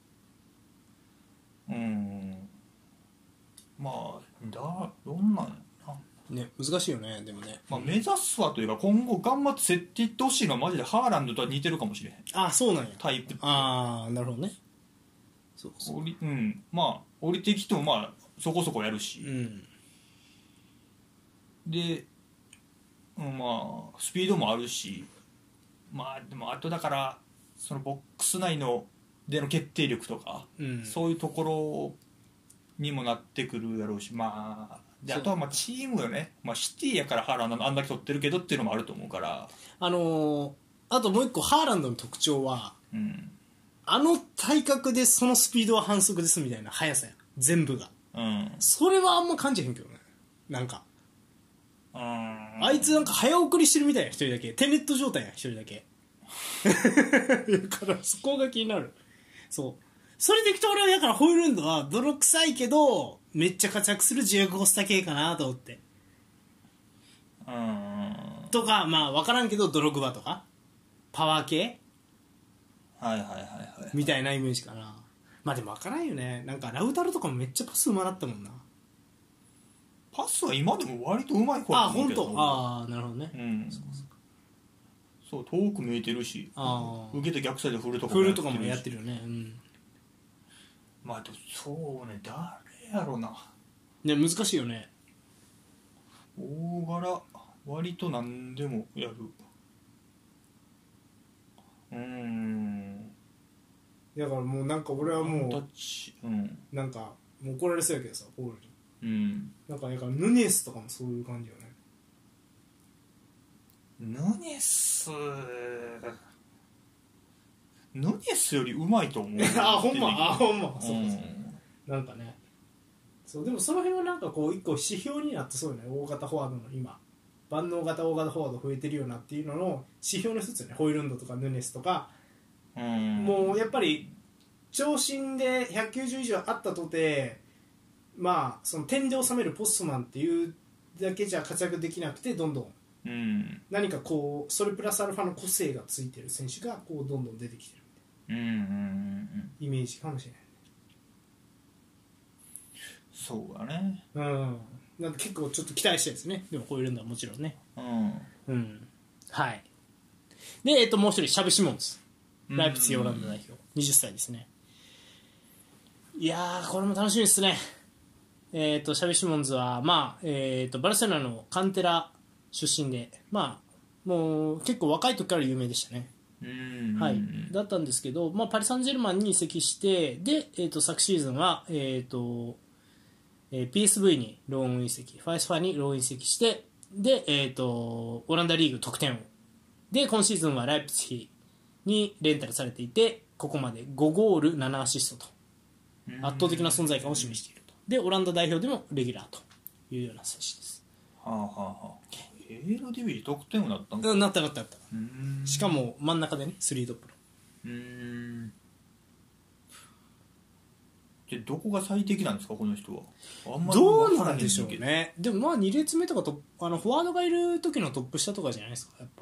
うーんまあだどんなんやね、難しいよね。でもね、 まあ、目指すはというか今後頑張って競っていってほしいのはマジでハーランドとは似てるかもしれへん。 あ、そうなんや。 タイプって。 ああなるほどね。そうそう、 うん、まあ降りてきてもまあそこそこやるし、 うん、 でうんまあスピードもあるし、まあでもあとだからそのボックス内のでの決定力とか、 うん、 そういうところにもなってくるやろうし、まあであとはまあチームよね、まあ、シティやからハーランドあんだけ取ってるけどっていうのもあると思うから、 あのー、あともう一個ハーランドの特徴は、 うん、 あの体格でそのスピードは反則ですみたいな速さや全部が、 うん、 それはあんま感じへんけどね。なんか、 うん、 あいつなんか早送りしてるみたいな、一人だけテネット状態や、一人だけだからそこが気になる。そうそれでいくと俺はだからホイルンドは泥臭いけどめっちゃ活躍するジェイコ・コスタ系かなと思って、 うん、 とかまあ分からんけどドログバとかパワー系はいはいはいはいみたいなイメージかな。まあでも分からんよね。なんかラウタロとかもめっちゃパスうまだったもんな。 パスは今でも割とうまい方だああ本と思うけど、 当ああなるほどね、 うん、そう遠く見えてるし、 あ受けて逆サイド振るとかフルとかもやってるよね。うん、 まあでもそうね、誰やろな、 ね難しいよね。 大柄割と何でもやる。うーんだからもうなんか俺はもタッうチ、うんなんかもう怒られそうやけどさポールに、 うんなんかなんかヌネスとかもそういう感じよね。 ヌネスヌネスよりうまいと思うあほんまあほんまうそうかそう、なんかねそうでもその辺はなんかこう一個指標になってそうよね。大型フォワードの今万能型大型フォワード増えてるよなっていうのの指標の一つよね。ホイルンドとかヌネスとか、 ん、うん、 もうやっぱり長身でひゃくきゅうじゅう以上あったとて、まあその点で収めるポストマンっていうだけじゃ活躍できなくて、どんどんうん、 何かこうそれプラスアルファの個性がついてる選手がこうどんどん出てきてるうんうんうんうんイメージかもしれそうだね、 ない。うんなんで結構ちょっと期待したいですね。でもこういうのはもちろんね。 うんうんはいで、えっと、もう一人シャビ・シモンズ、ライプツィヒオランダ代表、はたちですね。いやーこれも楽しみですね。えっとシャビ・シモンズは、まあえっとバルセロナのカンテラ出身で、まあもう結構若い時から有名でしたね。 うんはい、だったんですけど、まあ、パリ・サンジェルマンに移籍してで、えー、と昨シーズンは、えーとえー、ピーエスブイ にローン移籍、ファイスファーにローン移籍してで、えー、とオランダリーグ得点王で、今シーズンはライプツヒにレンタルされていて、ここまでごゴールななアシストと圧倒的な存在感を示していると。でオランダ代表でもレギュラーというような選手です。 はあはあはあ、エーロディビリ得点王だったんか。 うんなったなったなった。 うんしかも真ん中でねスリートップの。 うーんでどこが最適なんですかこの人は。あんまりどう分からへなんでしょうけどね。でもまあに列目とかとあのフォワードがいる時のトップ下とかじゃないですかやっぱ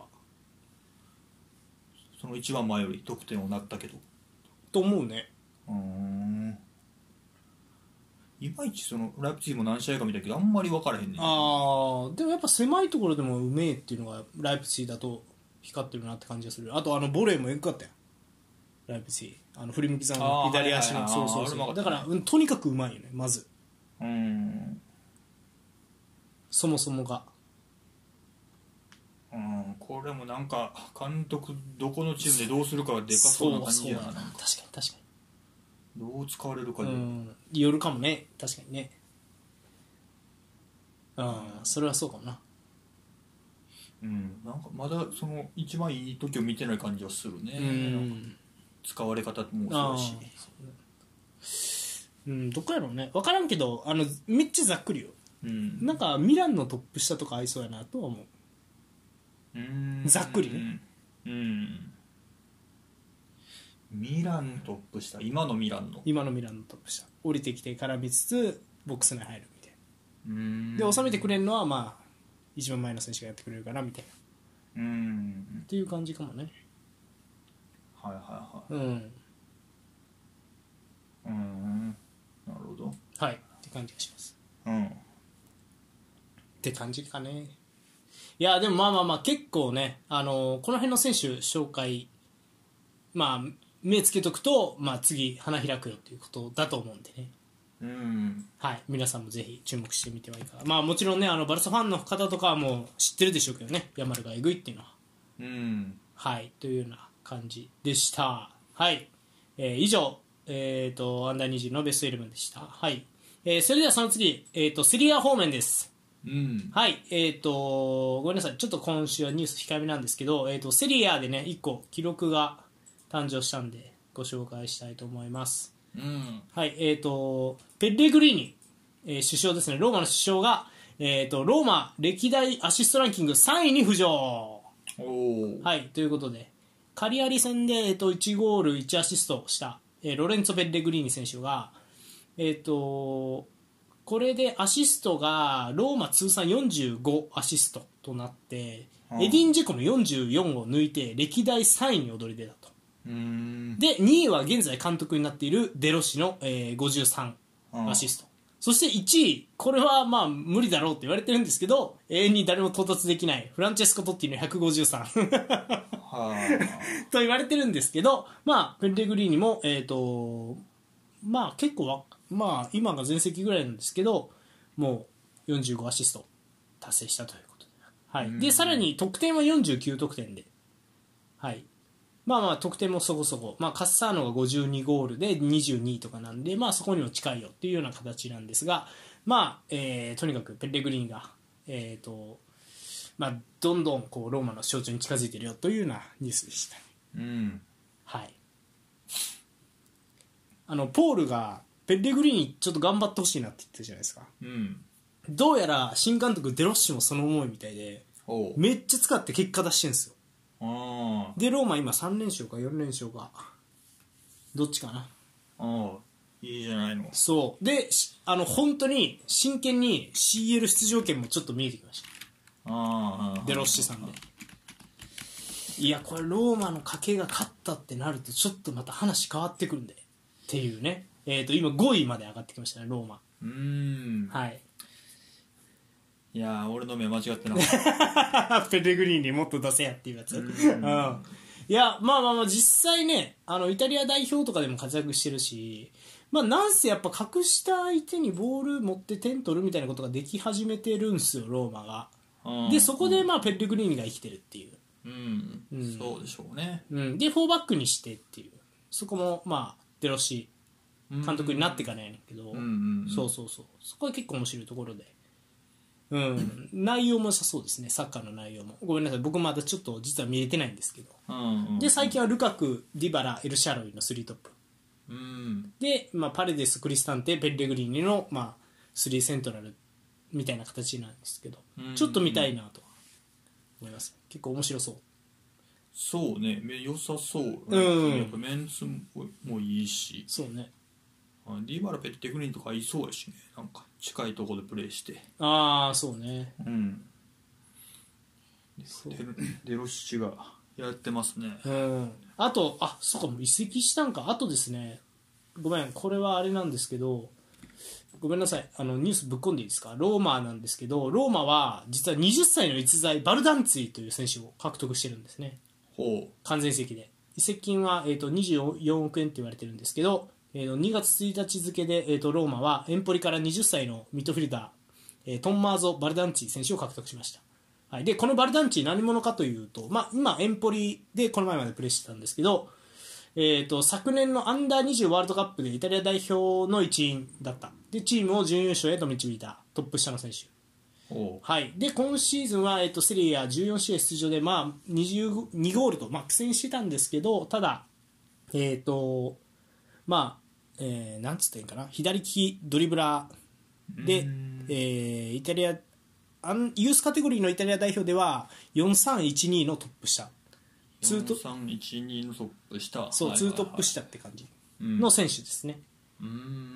その一番前より得点王なったけど。 と思うね。 うーんいまいちそのライプツィヒも何試合か見たけどあんまり分からへんねん。 ああでもやっぱ狭いところでもうめえっていうのがライプツィヒだと光ってるなって感じがする。あとあのボレーもエグかったよライプツィヒ、あの振り向きざの左足の、 あーそうそうはいはいはいそうだから、うん、とにかくうまいよねまずうーんそもそもが。 うんこれもなんか監督どこのチームでどうするかがでかそうな感じやな。 そうそうやな確かに確かどう使われるかに、 で、 うんよるかもね確かにね。うんそれはそうかもな。 うん、なんかまだその一番いい時を見てない感じはするね。 うん使われ方もあそうし、 ーうんどこやろうね分からんけどあのめっちゃざっくりよ。 うん、 なんかミランのトップ下とか合いそうやなとは思う。 うーんざっくりね。 うんミラントップ下今のミランの今のミランのトップ下降りてきて絡みつつボックスに入るみたいうーんなで収めてくれるのはまあ一番前の選手がやってくれるかなみたいなうんっていう感じかもね。 はいはいはうんいうんなるほどはいって感じがします。 うんって感じかね。いやでもまあまあまあ結構ね、あのーこの辺の選手紹介まあ目つけとくと、まあ、次花開くよっていうことだと思うんでね。 うんはい、皆さんもぜひ注目してみてはいかが、まあ、もちろんねあのバルサファンの方とかはもう知ってるでしょうけどね、ヤマルがえぐいっていうのは、 うんはいというような感じでした。はい、えー以上、えー、とアンダーにじゅうのベストイレブンでした。はい、えーそれではその次、えー、とセリア方面です。 うんはいえー、とごめんなさい、ちょっと今週はニュース控えめなんですけど、えー、とセリアでねいっこ記録が誕生したんでご紹介したいと思います。 うんはいえー、とペッレグリーニ、えー首相ですね、ローマの首相が、えー、とローマ歴代アシストランキングさんいに浮上。 おおはいということでカリアリ戦で、えー、といちゴールいちアシストした、えーロレンツォ・ペッレグリーニ選手が、えー、とこれでアシストがローマ通算よんじゅうごアシストとなって、 うんエディン・ジェコのよんじゅうよんを抜いて歴代さんいに躍り出たと。 うんでにいは現在監督になっているデロッシの、えーごじゅうさんアシスト、そしていちい、これはまあ無理だろうって言われてるんですけど永遠に誰も到達できないフランチェスコ・トッティのひゃくごじゅうさんはと言われてるんですけど、まあ、ペッレグリーニも、えーとまあ、結構わ、まあ、今が全盛期ぐらいなんですけどもうよんじゅうごアシスト達成したということで、はい、でさらに得点はよんじゅうきゅう得点で、はい、まあまあ得点もそこそこ、まあ、カッサーノがごじゅうにゴールでにじゅうにいとかなんで、まあ、そこにも近いよっていうような形なんですが、まあえーとにかくペッレグリーニが、えーとまあ、どんどんこうローマの象徴に近づいているよというようなニュースでした。 うんはい、あのポールがペッレグリーニちょっと頑張ってほしいなって言ってたじゃないですか。 うんどうやら新監督デロッシもその思いみたいでおうめっちゃ使って結果出してるんですよ。 あでローマ今さん連勝かよん連勝かどっちかな。 あいいじゃないの。 そうであの本当に真剣に シーエル 出場権もちょっと見えてきました。 ああデロッシさんで、いやこれローマの家系が勝ったってなるとちょっとまた話変わってくるんでっていうね、えー、と今ごいまで上がってきましたねローマ。 うーんはいいやー俺の目間違ってなペレグリーニもっと出せやっていうやつ、うん、いやまあまあまあ実際ねあのイタリア代表とかでも活躍してるし、まあ、なんせやっぱ格下相手にボール持って点取るみたいなことができ始めてるんですよローマが。でそこでまあペレグリーニが生きてるっていう、 うん、うん、そうでしょうね、 うん、でフォーバックにしてっていうそこもまあデロッシ監督になっていかないんやけど、 うんうんうん、 そうそうそうそこは結構面白いところで、うん、内容も良さそうですね。サッカーの内容もごめんなさい僕まだちょっと実は見えてないんですけど、 うんうんうん、 で最近はルカク、ディバラ、エルシャロイのスリートップ、 うん、 で、まあ、パレデス、クリスタンテ、ペッレグリーニの、まあ、スリーセントラルみたいな形なんですけど、 うんうん、 ちょっと見たいなと思います。結構面白そう。 そうね良さそう、ね、 うん、 やっぱメンツもいいし、 そうね、 ディバラ、ペッテグリーンとかいそうやしね、なんか近いところでプレーして、 ああそうね、 うんデルデロッシがやってますね。 うん、あとあそうかも移籍したんか。あとですねごめんこれはあれなんですけどごめんなさいあのニュースぶっ込んでいいですか。ローマなんですけどローマは実ははたちの逸材バルダンツィという選手を獲得してるんですね。 ほう完全移籍で移籍金は、えー、とにじゅうよんおくえんって言われてるんですけど、えー、とにがつついたち付で、えー、とローマはエンポリからはたちのミッドフィルダー、えー、トンマーゾ・バルダンチ選手を獲得しました。はい、でこのバルダンチ何者かというと、まあ、今エンポリでこの前までプレーしてたんですけど、えー、と昨年のアンダーにじゅうワールドカップでイタリア代表の一員だったでチームを準優勝へと導いたトップ下の選手。はい、で今シーズンは、えー、とセリアじゅうよんしあい出場で、まあ、にじゅうにゴールと、まあ、苦戦してたんですけどただ、えーとまあえー、なんつってんかな左利きドリブラーで、えー、イタリアアンユースカテゴリーのイタリア代表ではよんさんいちにのトップ下よんさんいちにのトップ下そう、 はいはいはい、 ツートップ下って感じの選手ですね、 うん、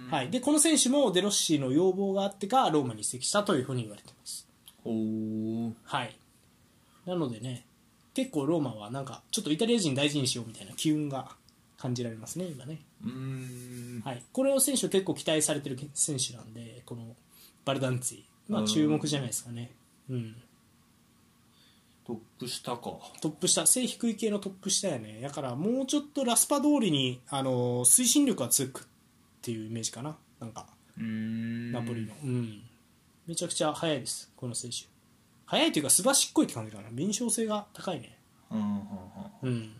はい、でこの選手もデロッシーの要望があってかローマに移籍したというふうに言われています。 お、 はい、なのでね結構ローマはなんかちょっとイタリア人大事にしようみたいな機運が感じられますね今ね。 うーん、 はい、これを選手結構期待されてる選手なんでこのバルダンツィ、まあ、注目じゃないですかね。うん、 トップ下かトップ下背低い系のトップ下やね。だからもうちょっとラスパ通りにあの推進力がつくっていうイメージかな。なんかうーんナポリの、うん、めちゃくちゃ速いですこの選手。速いというかすばしっこいって感じかな。敏捷性が高いね。 うんうんうんうん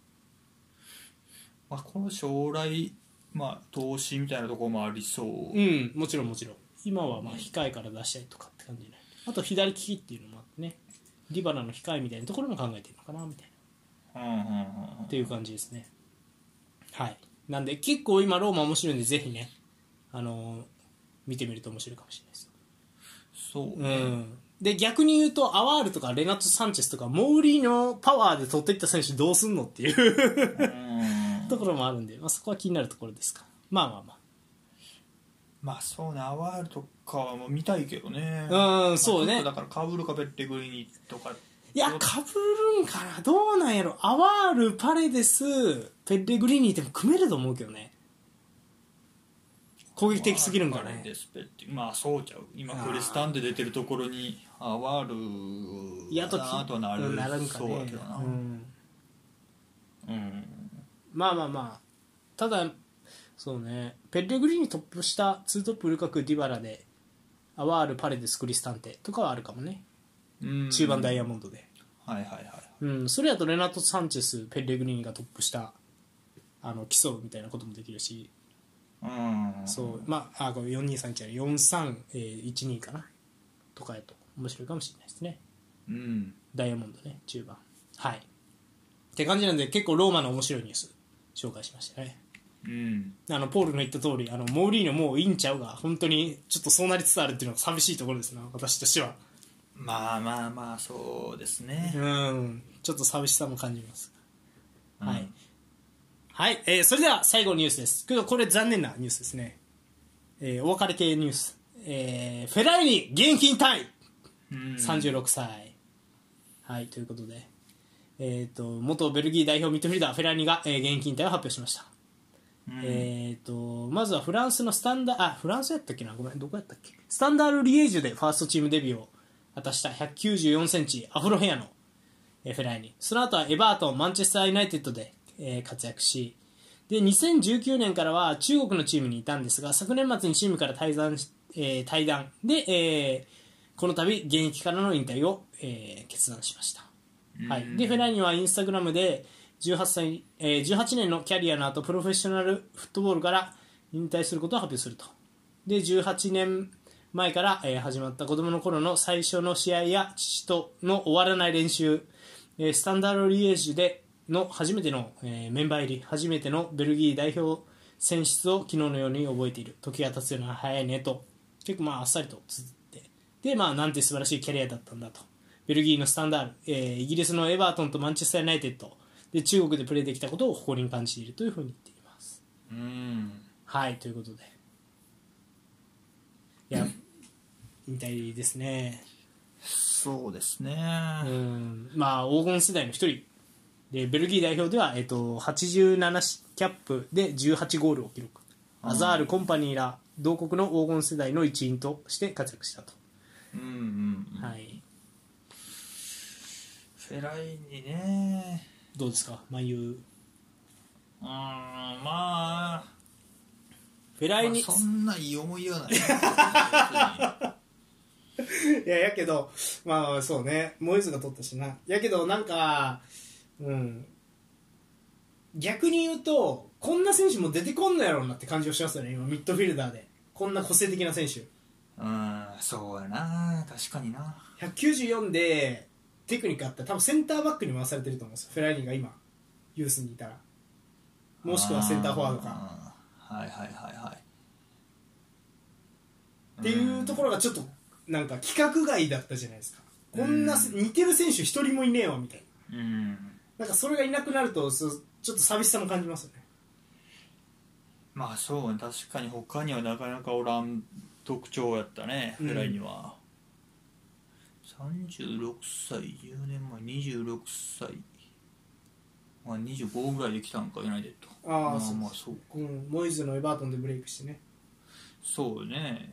まあ、この将来、まあ、投資みたいなところもありそう、 うん、もちろんもちろん今はまあ控えから出したりとかって感じね。あと左利きっていうのもあってね、ディバラの控えみたいなところも考えてるのかなみたいな、 うんうんうんうん、 っていう感じですね。はい。なんで結構今ローマ面白いんでぜひね、あのー、見てみると面白いかもしれないです。 そうね、 うん、で逆に言うとアワールとかレナット・サンチェスとかモーリーのパワーで取っていった選手どうすんのっていううんところもあるんで、まあ、そこは気になるところですか。まあまあまあまあそうね、アワールとかはもう見たいけどね。 うんそうね、 まあ、だからカブルかペッレグリニとか、 いやかぶるんかな、どうなんやろ。アワール、パレデス、ペッレグリーニでも組めると思うけどね。攻撃的すぎるんかね。 まあそうちゃう。今クリスタンで出てるところにアワールやとなとはなるなるんかね。 そうだけどな、 うんうん、 まあまあまあ、ただそうね、ペッレグリーニトップ下ツートップルカクディバラでアワール、パレデス、クリスタンテとかはあるかもね、 うん、 中盤ダイヤモンドで。 はいはいはい、 うん、それやとレナート・サンチェス、ペッレグリーニがトップ下あの競うみたいなこともできるし、 うん、 そうまああこれよんにーさんいちやよんさんいちにーかなとかやと面白いかもしれないですね。 うん、 ダイヤモンドね、中盤。はいって感じなんで結構ローマの面白いニュース紹介しましたね。 うん、 あのポールの言った通り、あのモーリーノもういいんちゃうが本当にちょっとそうなりつつあるっていうのが寂しいところですな、私としては。 まあまあまあそうですね、 うんちょっと寂しさも感じます、 うん、 はいはい、えー、それでは最後のニュースです。けどこれ残念なニュースですね、えー、お別れ系ニュース、えー、フェラーニ現役引退、 うん、 さんじゅうろくさい。はいということで、えー、と元ベルギー代表ミッドフィルダーフェラーニが、えー、現役引退を発表しました。うん、えー、とまずはフランスのスタンダあフランスやったっけな、ごめんどこやったっけ、スタンダール・リエージュでファーストチームデビューを果たしたひゃくきゅうじゅうよんセンチアフロヘアの、えー、フェラーニ、その後はエバートン、マンチェスター・ユナイテッドで、えー、活躍し、でにせんじゅうきゅうねんからは中国のチームにいたんですが、昨年末にチームから退団、えー、退団で、えー、この度現役からの引退を、えー、決断しました。はい、でフェラーニはインスタグラムでじゅうはっさい、えー、じゅうはちねんのキャリアの後プロフェッショナルフットボールから引退することを発表すると。でじゅうはちねんまえから、えー、始まった子供の頃の最初の試合や父との終わらない練習、えー、スタンダードリエージュでの初めての、えー、メンバー入り、初めてのベルギー代表選出を昨日のように覚えている、時が経つような早いねと結構まああっさりと綴って、でまあなんて素晴らしいキャリアだったんだと、ベルギーのスタンダール、えー、イギリスのエバートンとマンチェスターユナイテッドで中国でプレーできたことを誇りに感じているというふうに言っています。 うんはいということで、いや引退ですね。 そうですね、 うんまあ黄金世代の一人で、ベルギー代表では、えっと、はちじゅうななキャップでじゅうはちゴールを記録、アザール、コンパニーら同国の黄金世代の一員として活躍したと。 うんうんうん、 はい、 フェライニね、 どうですかマユー。 うーんまあフェライニ、 まあ、そんないい思い出はないいややけどまあそうね、モイズが取ったしな。やけどなんかうん逆に言うとこんな選手も出てこんのやろうなって感じをしますよね、今ミッドフィルダーでこんな個性的な選手。 うんそうやな、確かにな。 ひゃくきゅうじゅうよんでテクニックあったら多分センターバックに回されてると思うんですよ、フェラーニが今ユースにいたら、もしくはセンターフォワードか、 はいはいはいはいっていうところがちょっとなんか規格外だったじゃないですか。こんな似てる選手一人もいねえわみたいな、うん、なんかそれがいなくなるとちょっと寂しさも感じますよね。 まあそうね、確かに他にはなかなかおらん特徴やったね、フェライニは。さんじゅうろくさい、じゅうねんまえにじゅうろくさい、まあ、にじゅうごぐらいで来たんかユナイテッド。 ああ、 まあまあそうか、 うん、モイズのエバートンでブレイクしてね。 そうね、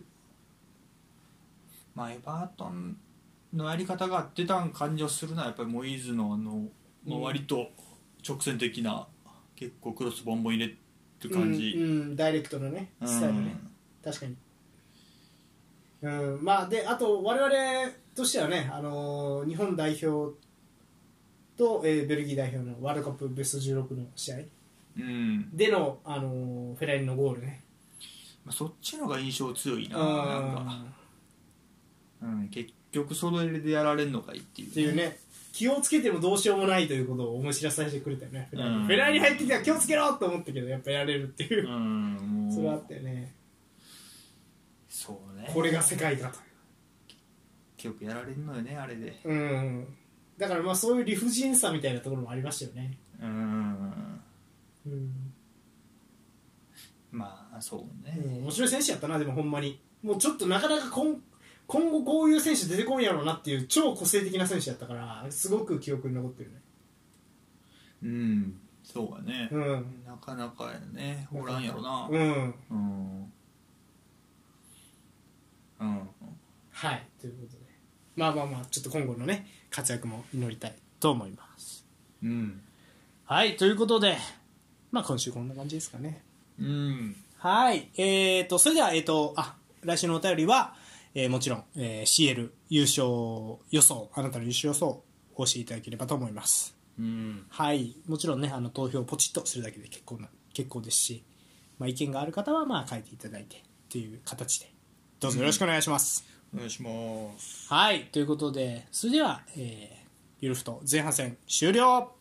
まあエバートンのやり方が合ってたん感じはするな、やっぱりモイズのあの、まあ、割と直線的な、結構クロスボンボン入れって感じ、 うんうん、ダイレクトのねスタイルね、 確かに。うん、まあであと我々としてはね、あのー日本代表と、えーベルギー代表のワールドカップベストじゅうろくの試合うん、 での、あのーフェラーリのゴールね。 まあ、そっちの方が印象強いな、 うんなんか、うん、結局それでやられるのかいっていう、ね、 っていうね、気をつけてもどうしようもないということを思い知らさせてくれたよね、フェラーリ、 うんフェラーリ入ってきたら気をつけろと思ったけどやっぱやれるっていう、 うん、もうそれはあったよね。 そうね、 これが世界だと。 結局やられるのよね、あれで。 うん、だからまあそういう理不尽さみたいなところもありましたよね。 うん、 うん、 まあそうね、 うん、面白い選手やったな。でもほんまにもうちょっとなかなか今今後こういう選手出てこんやろうなっていう超個性的な選手やったからすごく記憶に残ってるね。 うん、そうやね、 うん、 なかなかやね、おらんやろな。 うん、 うんうん、 はいということで、まあまあまあちょっと今後のね活躍も祈りたいと思います。 うん、 はいということで、まあ今週こんな感じですかね。 うん、 はいえーとそれではえーとあ来週のお便りは、えーもちろん、えー、シーエル 優勝予想、あなたの優勝予想を教えていただければと思います。 うん、 はいもちろんね、あの投票をポチッとするだけで結構な結構ですし、まあ、意見がある方はまあ書いていただいてという形でどうぞよろしくお願いします。 お願いします。 はいということでそれでは、えー、ゆるふと前半戦終了。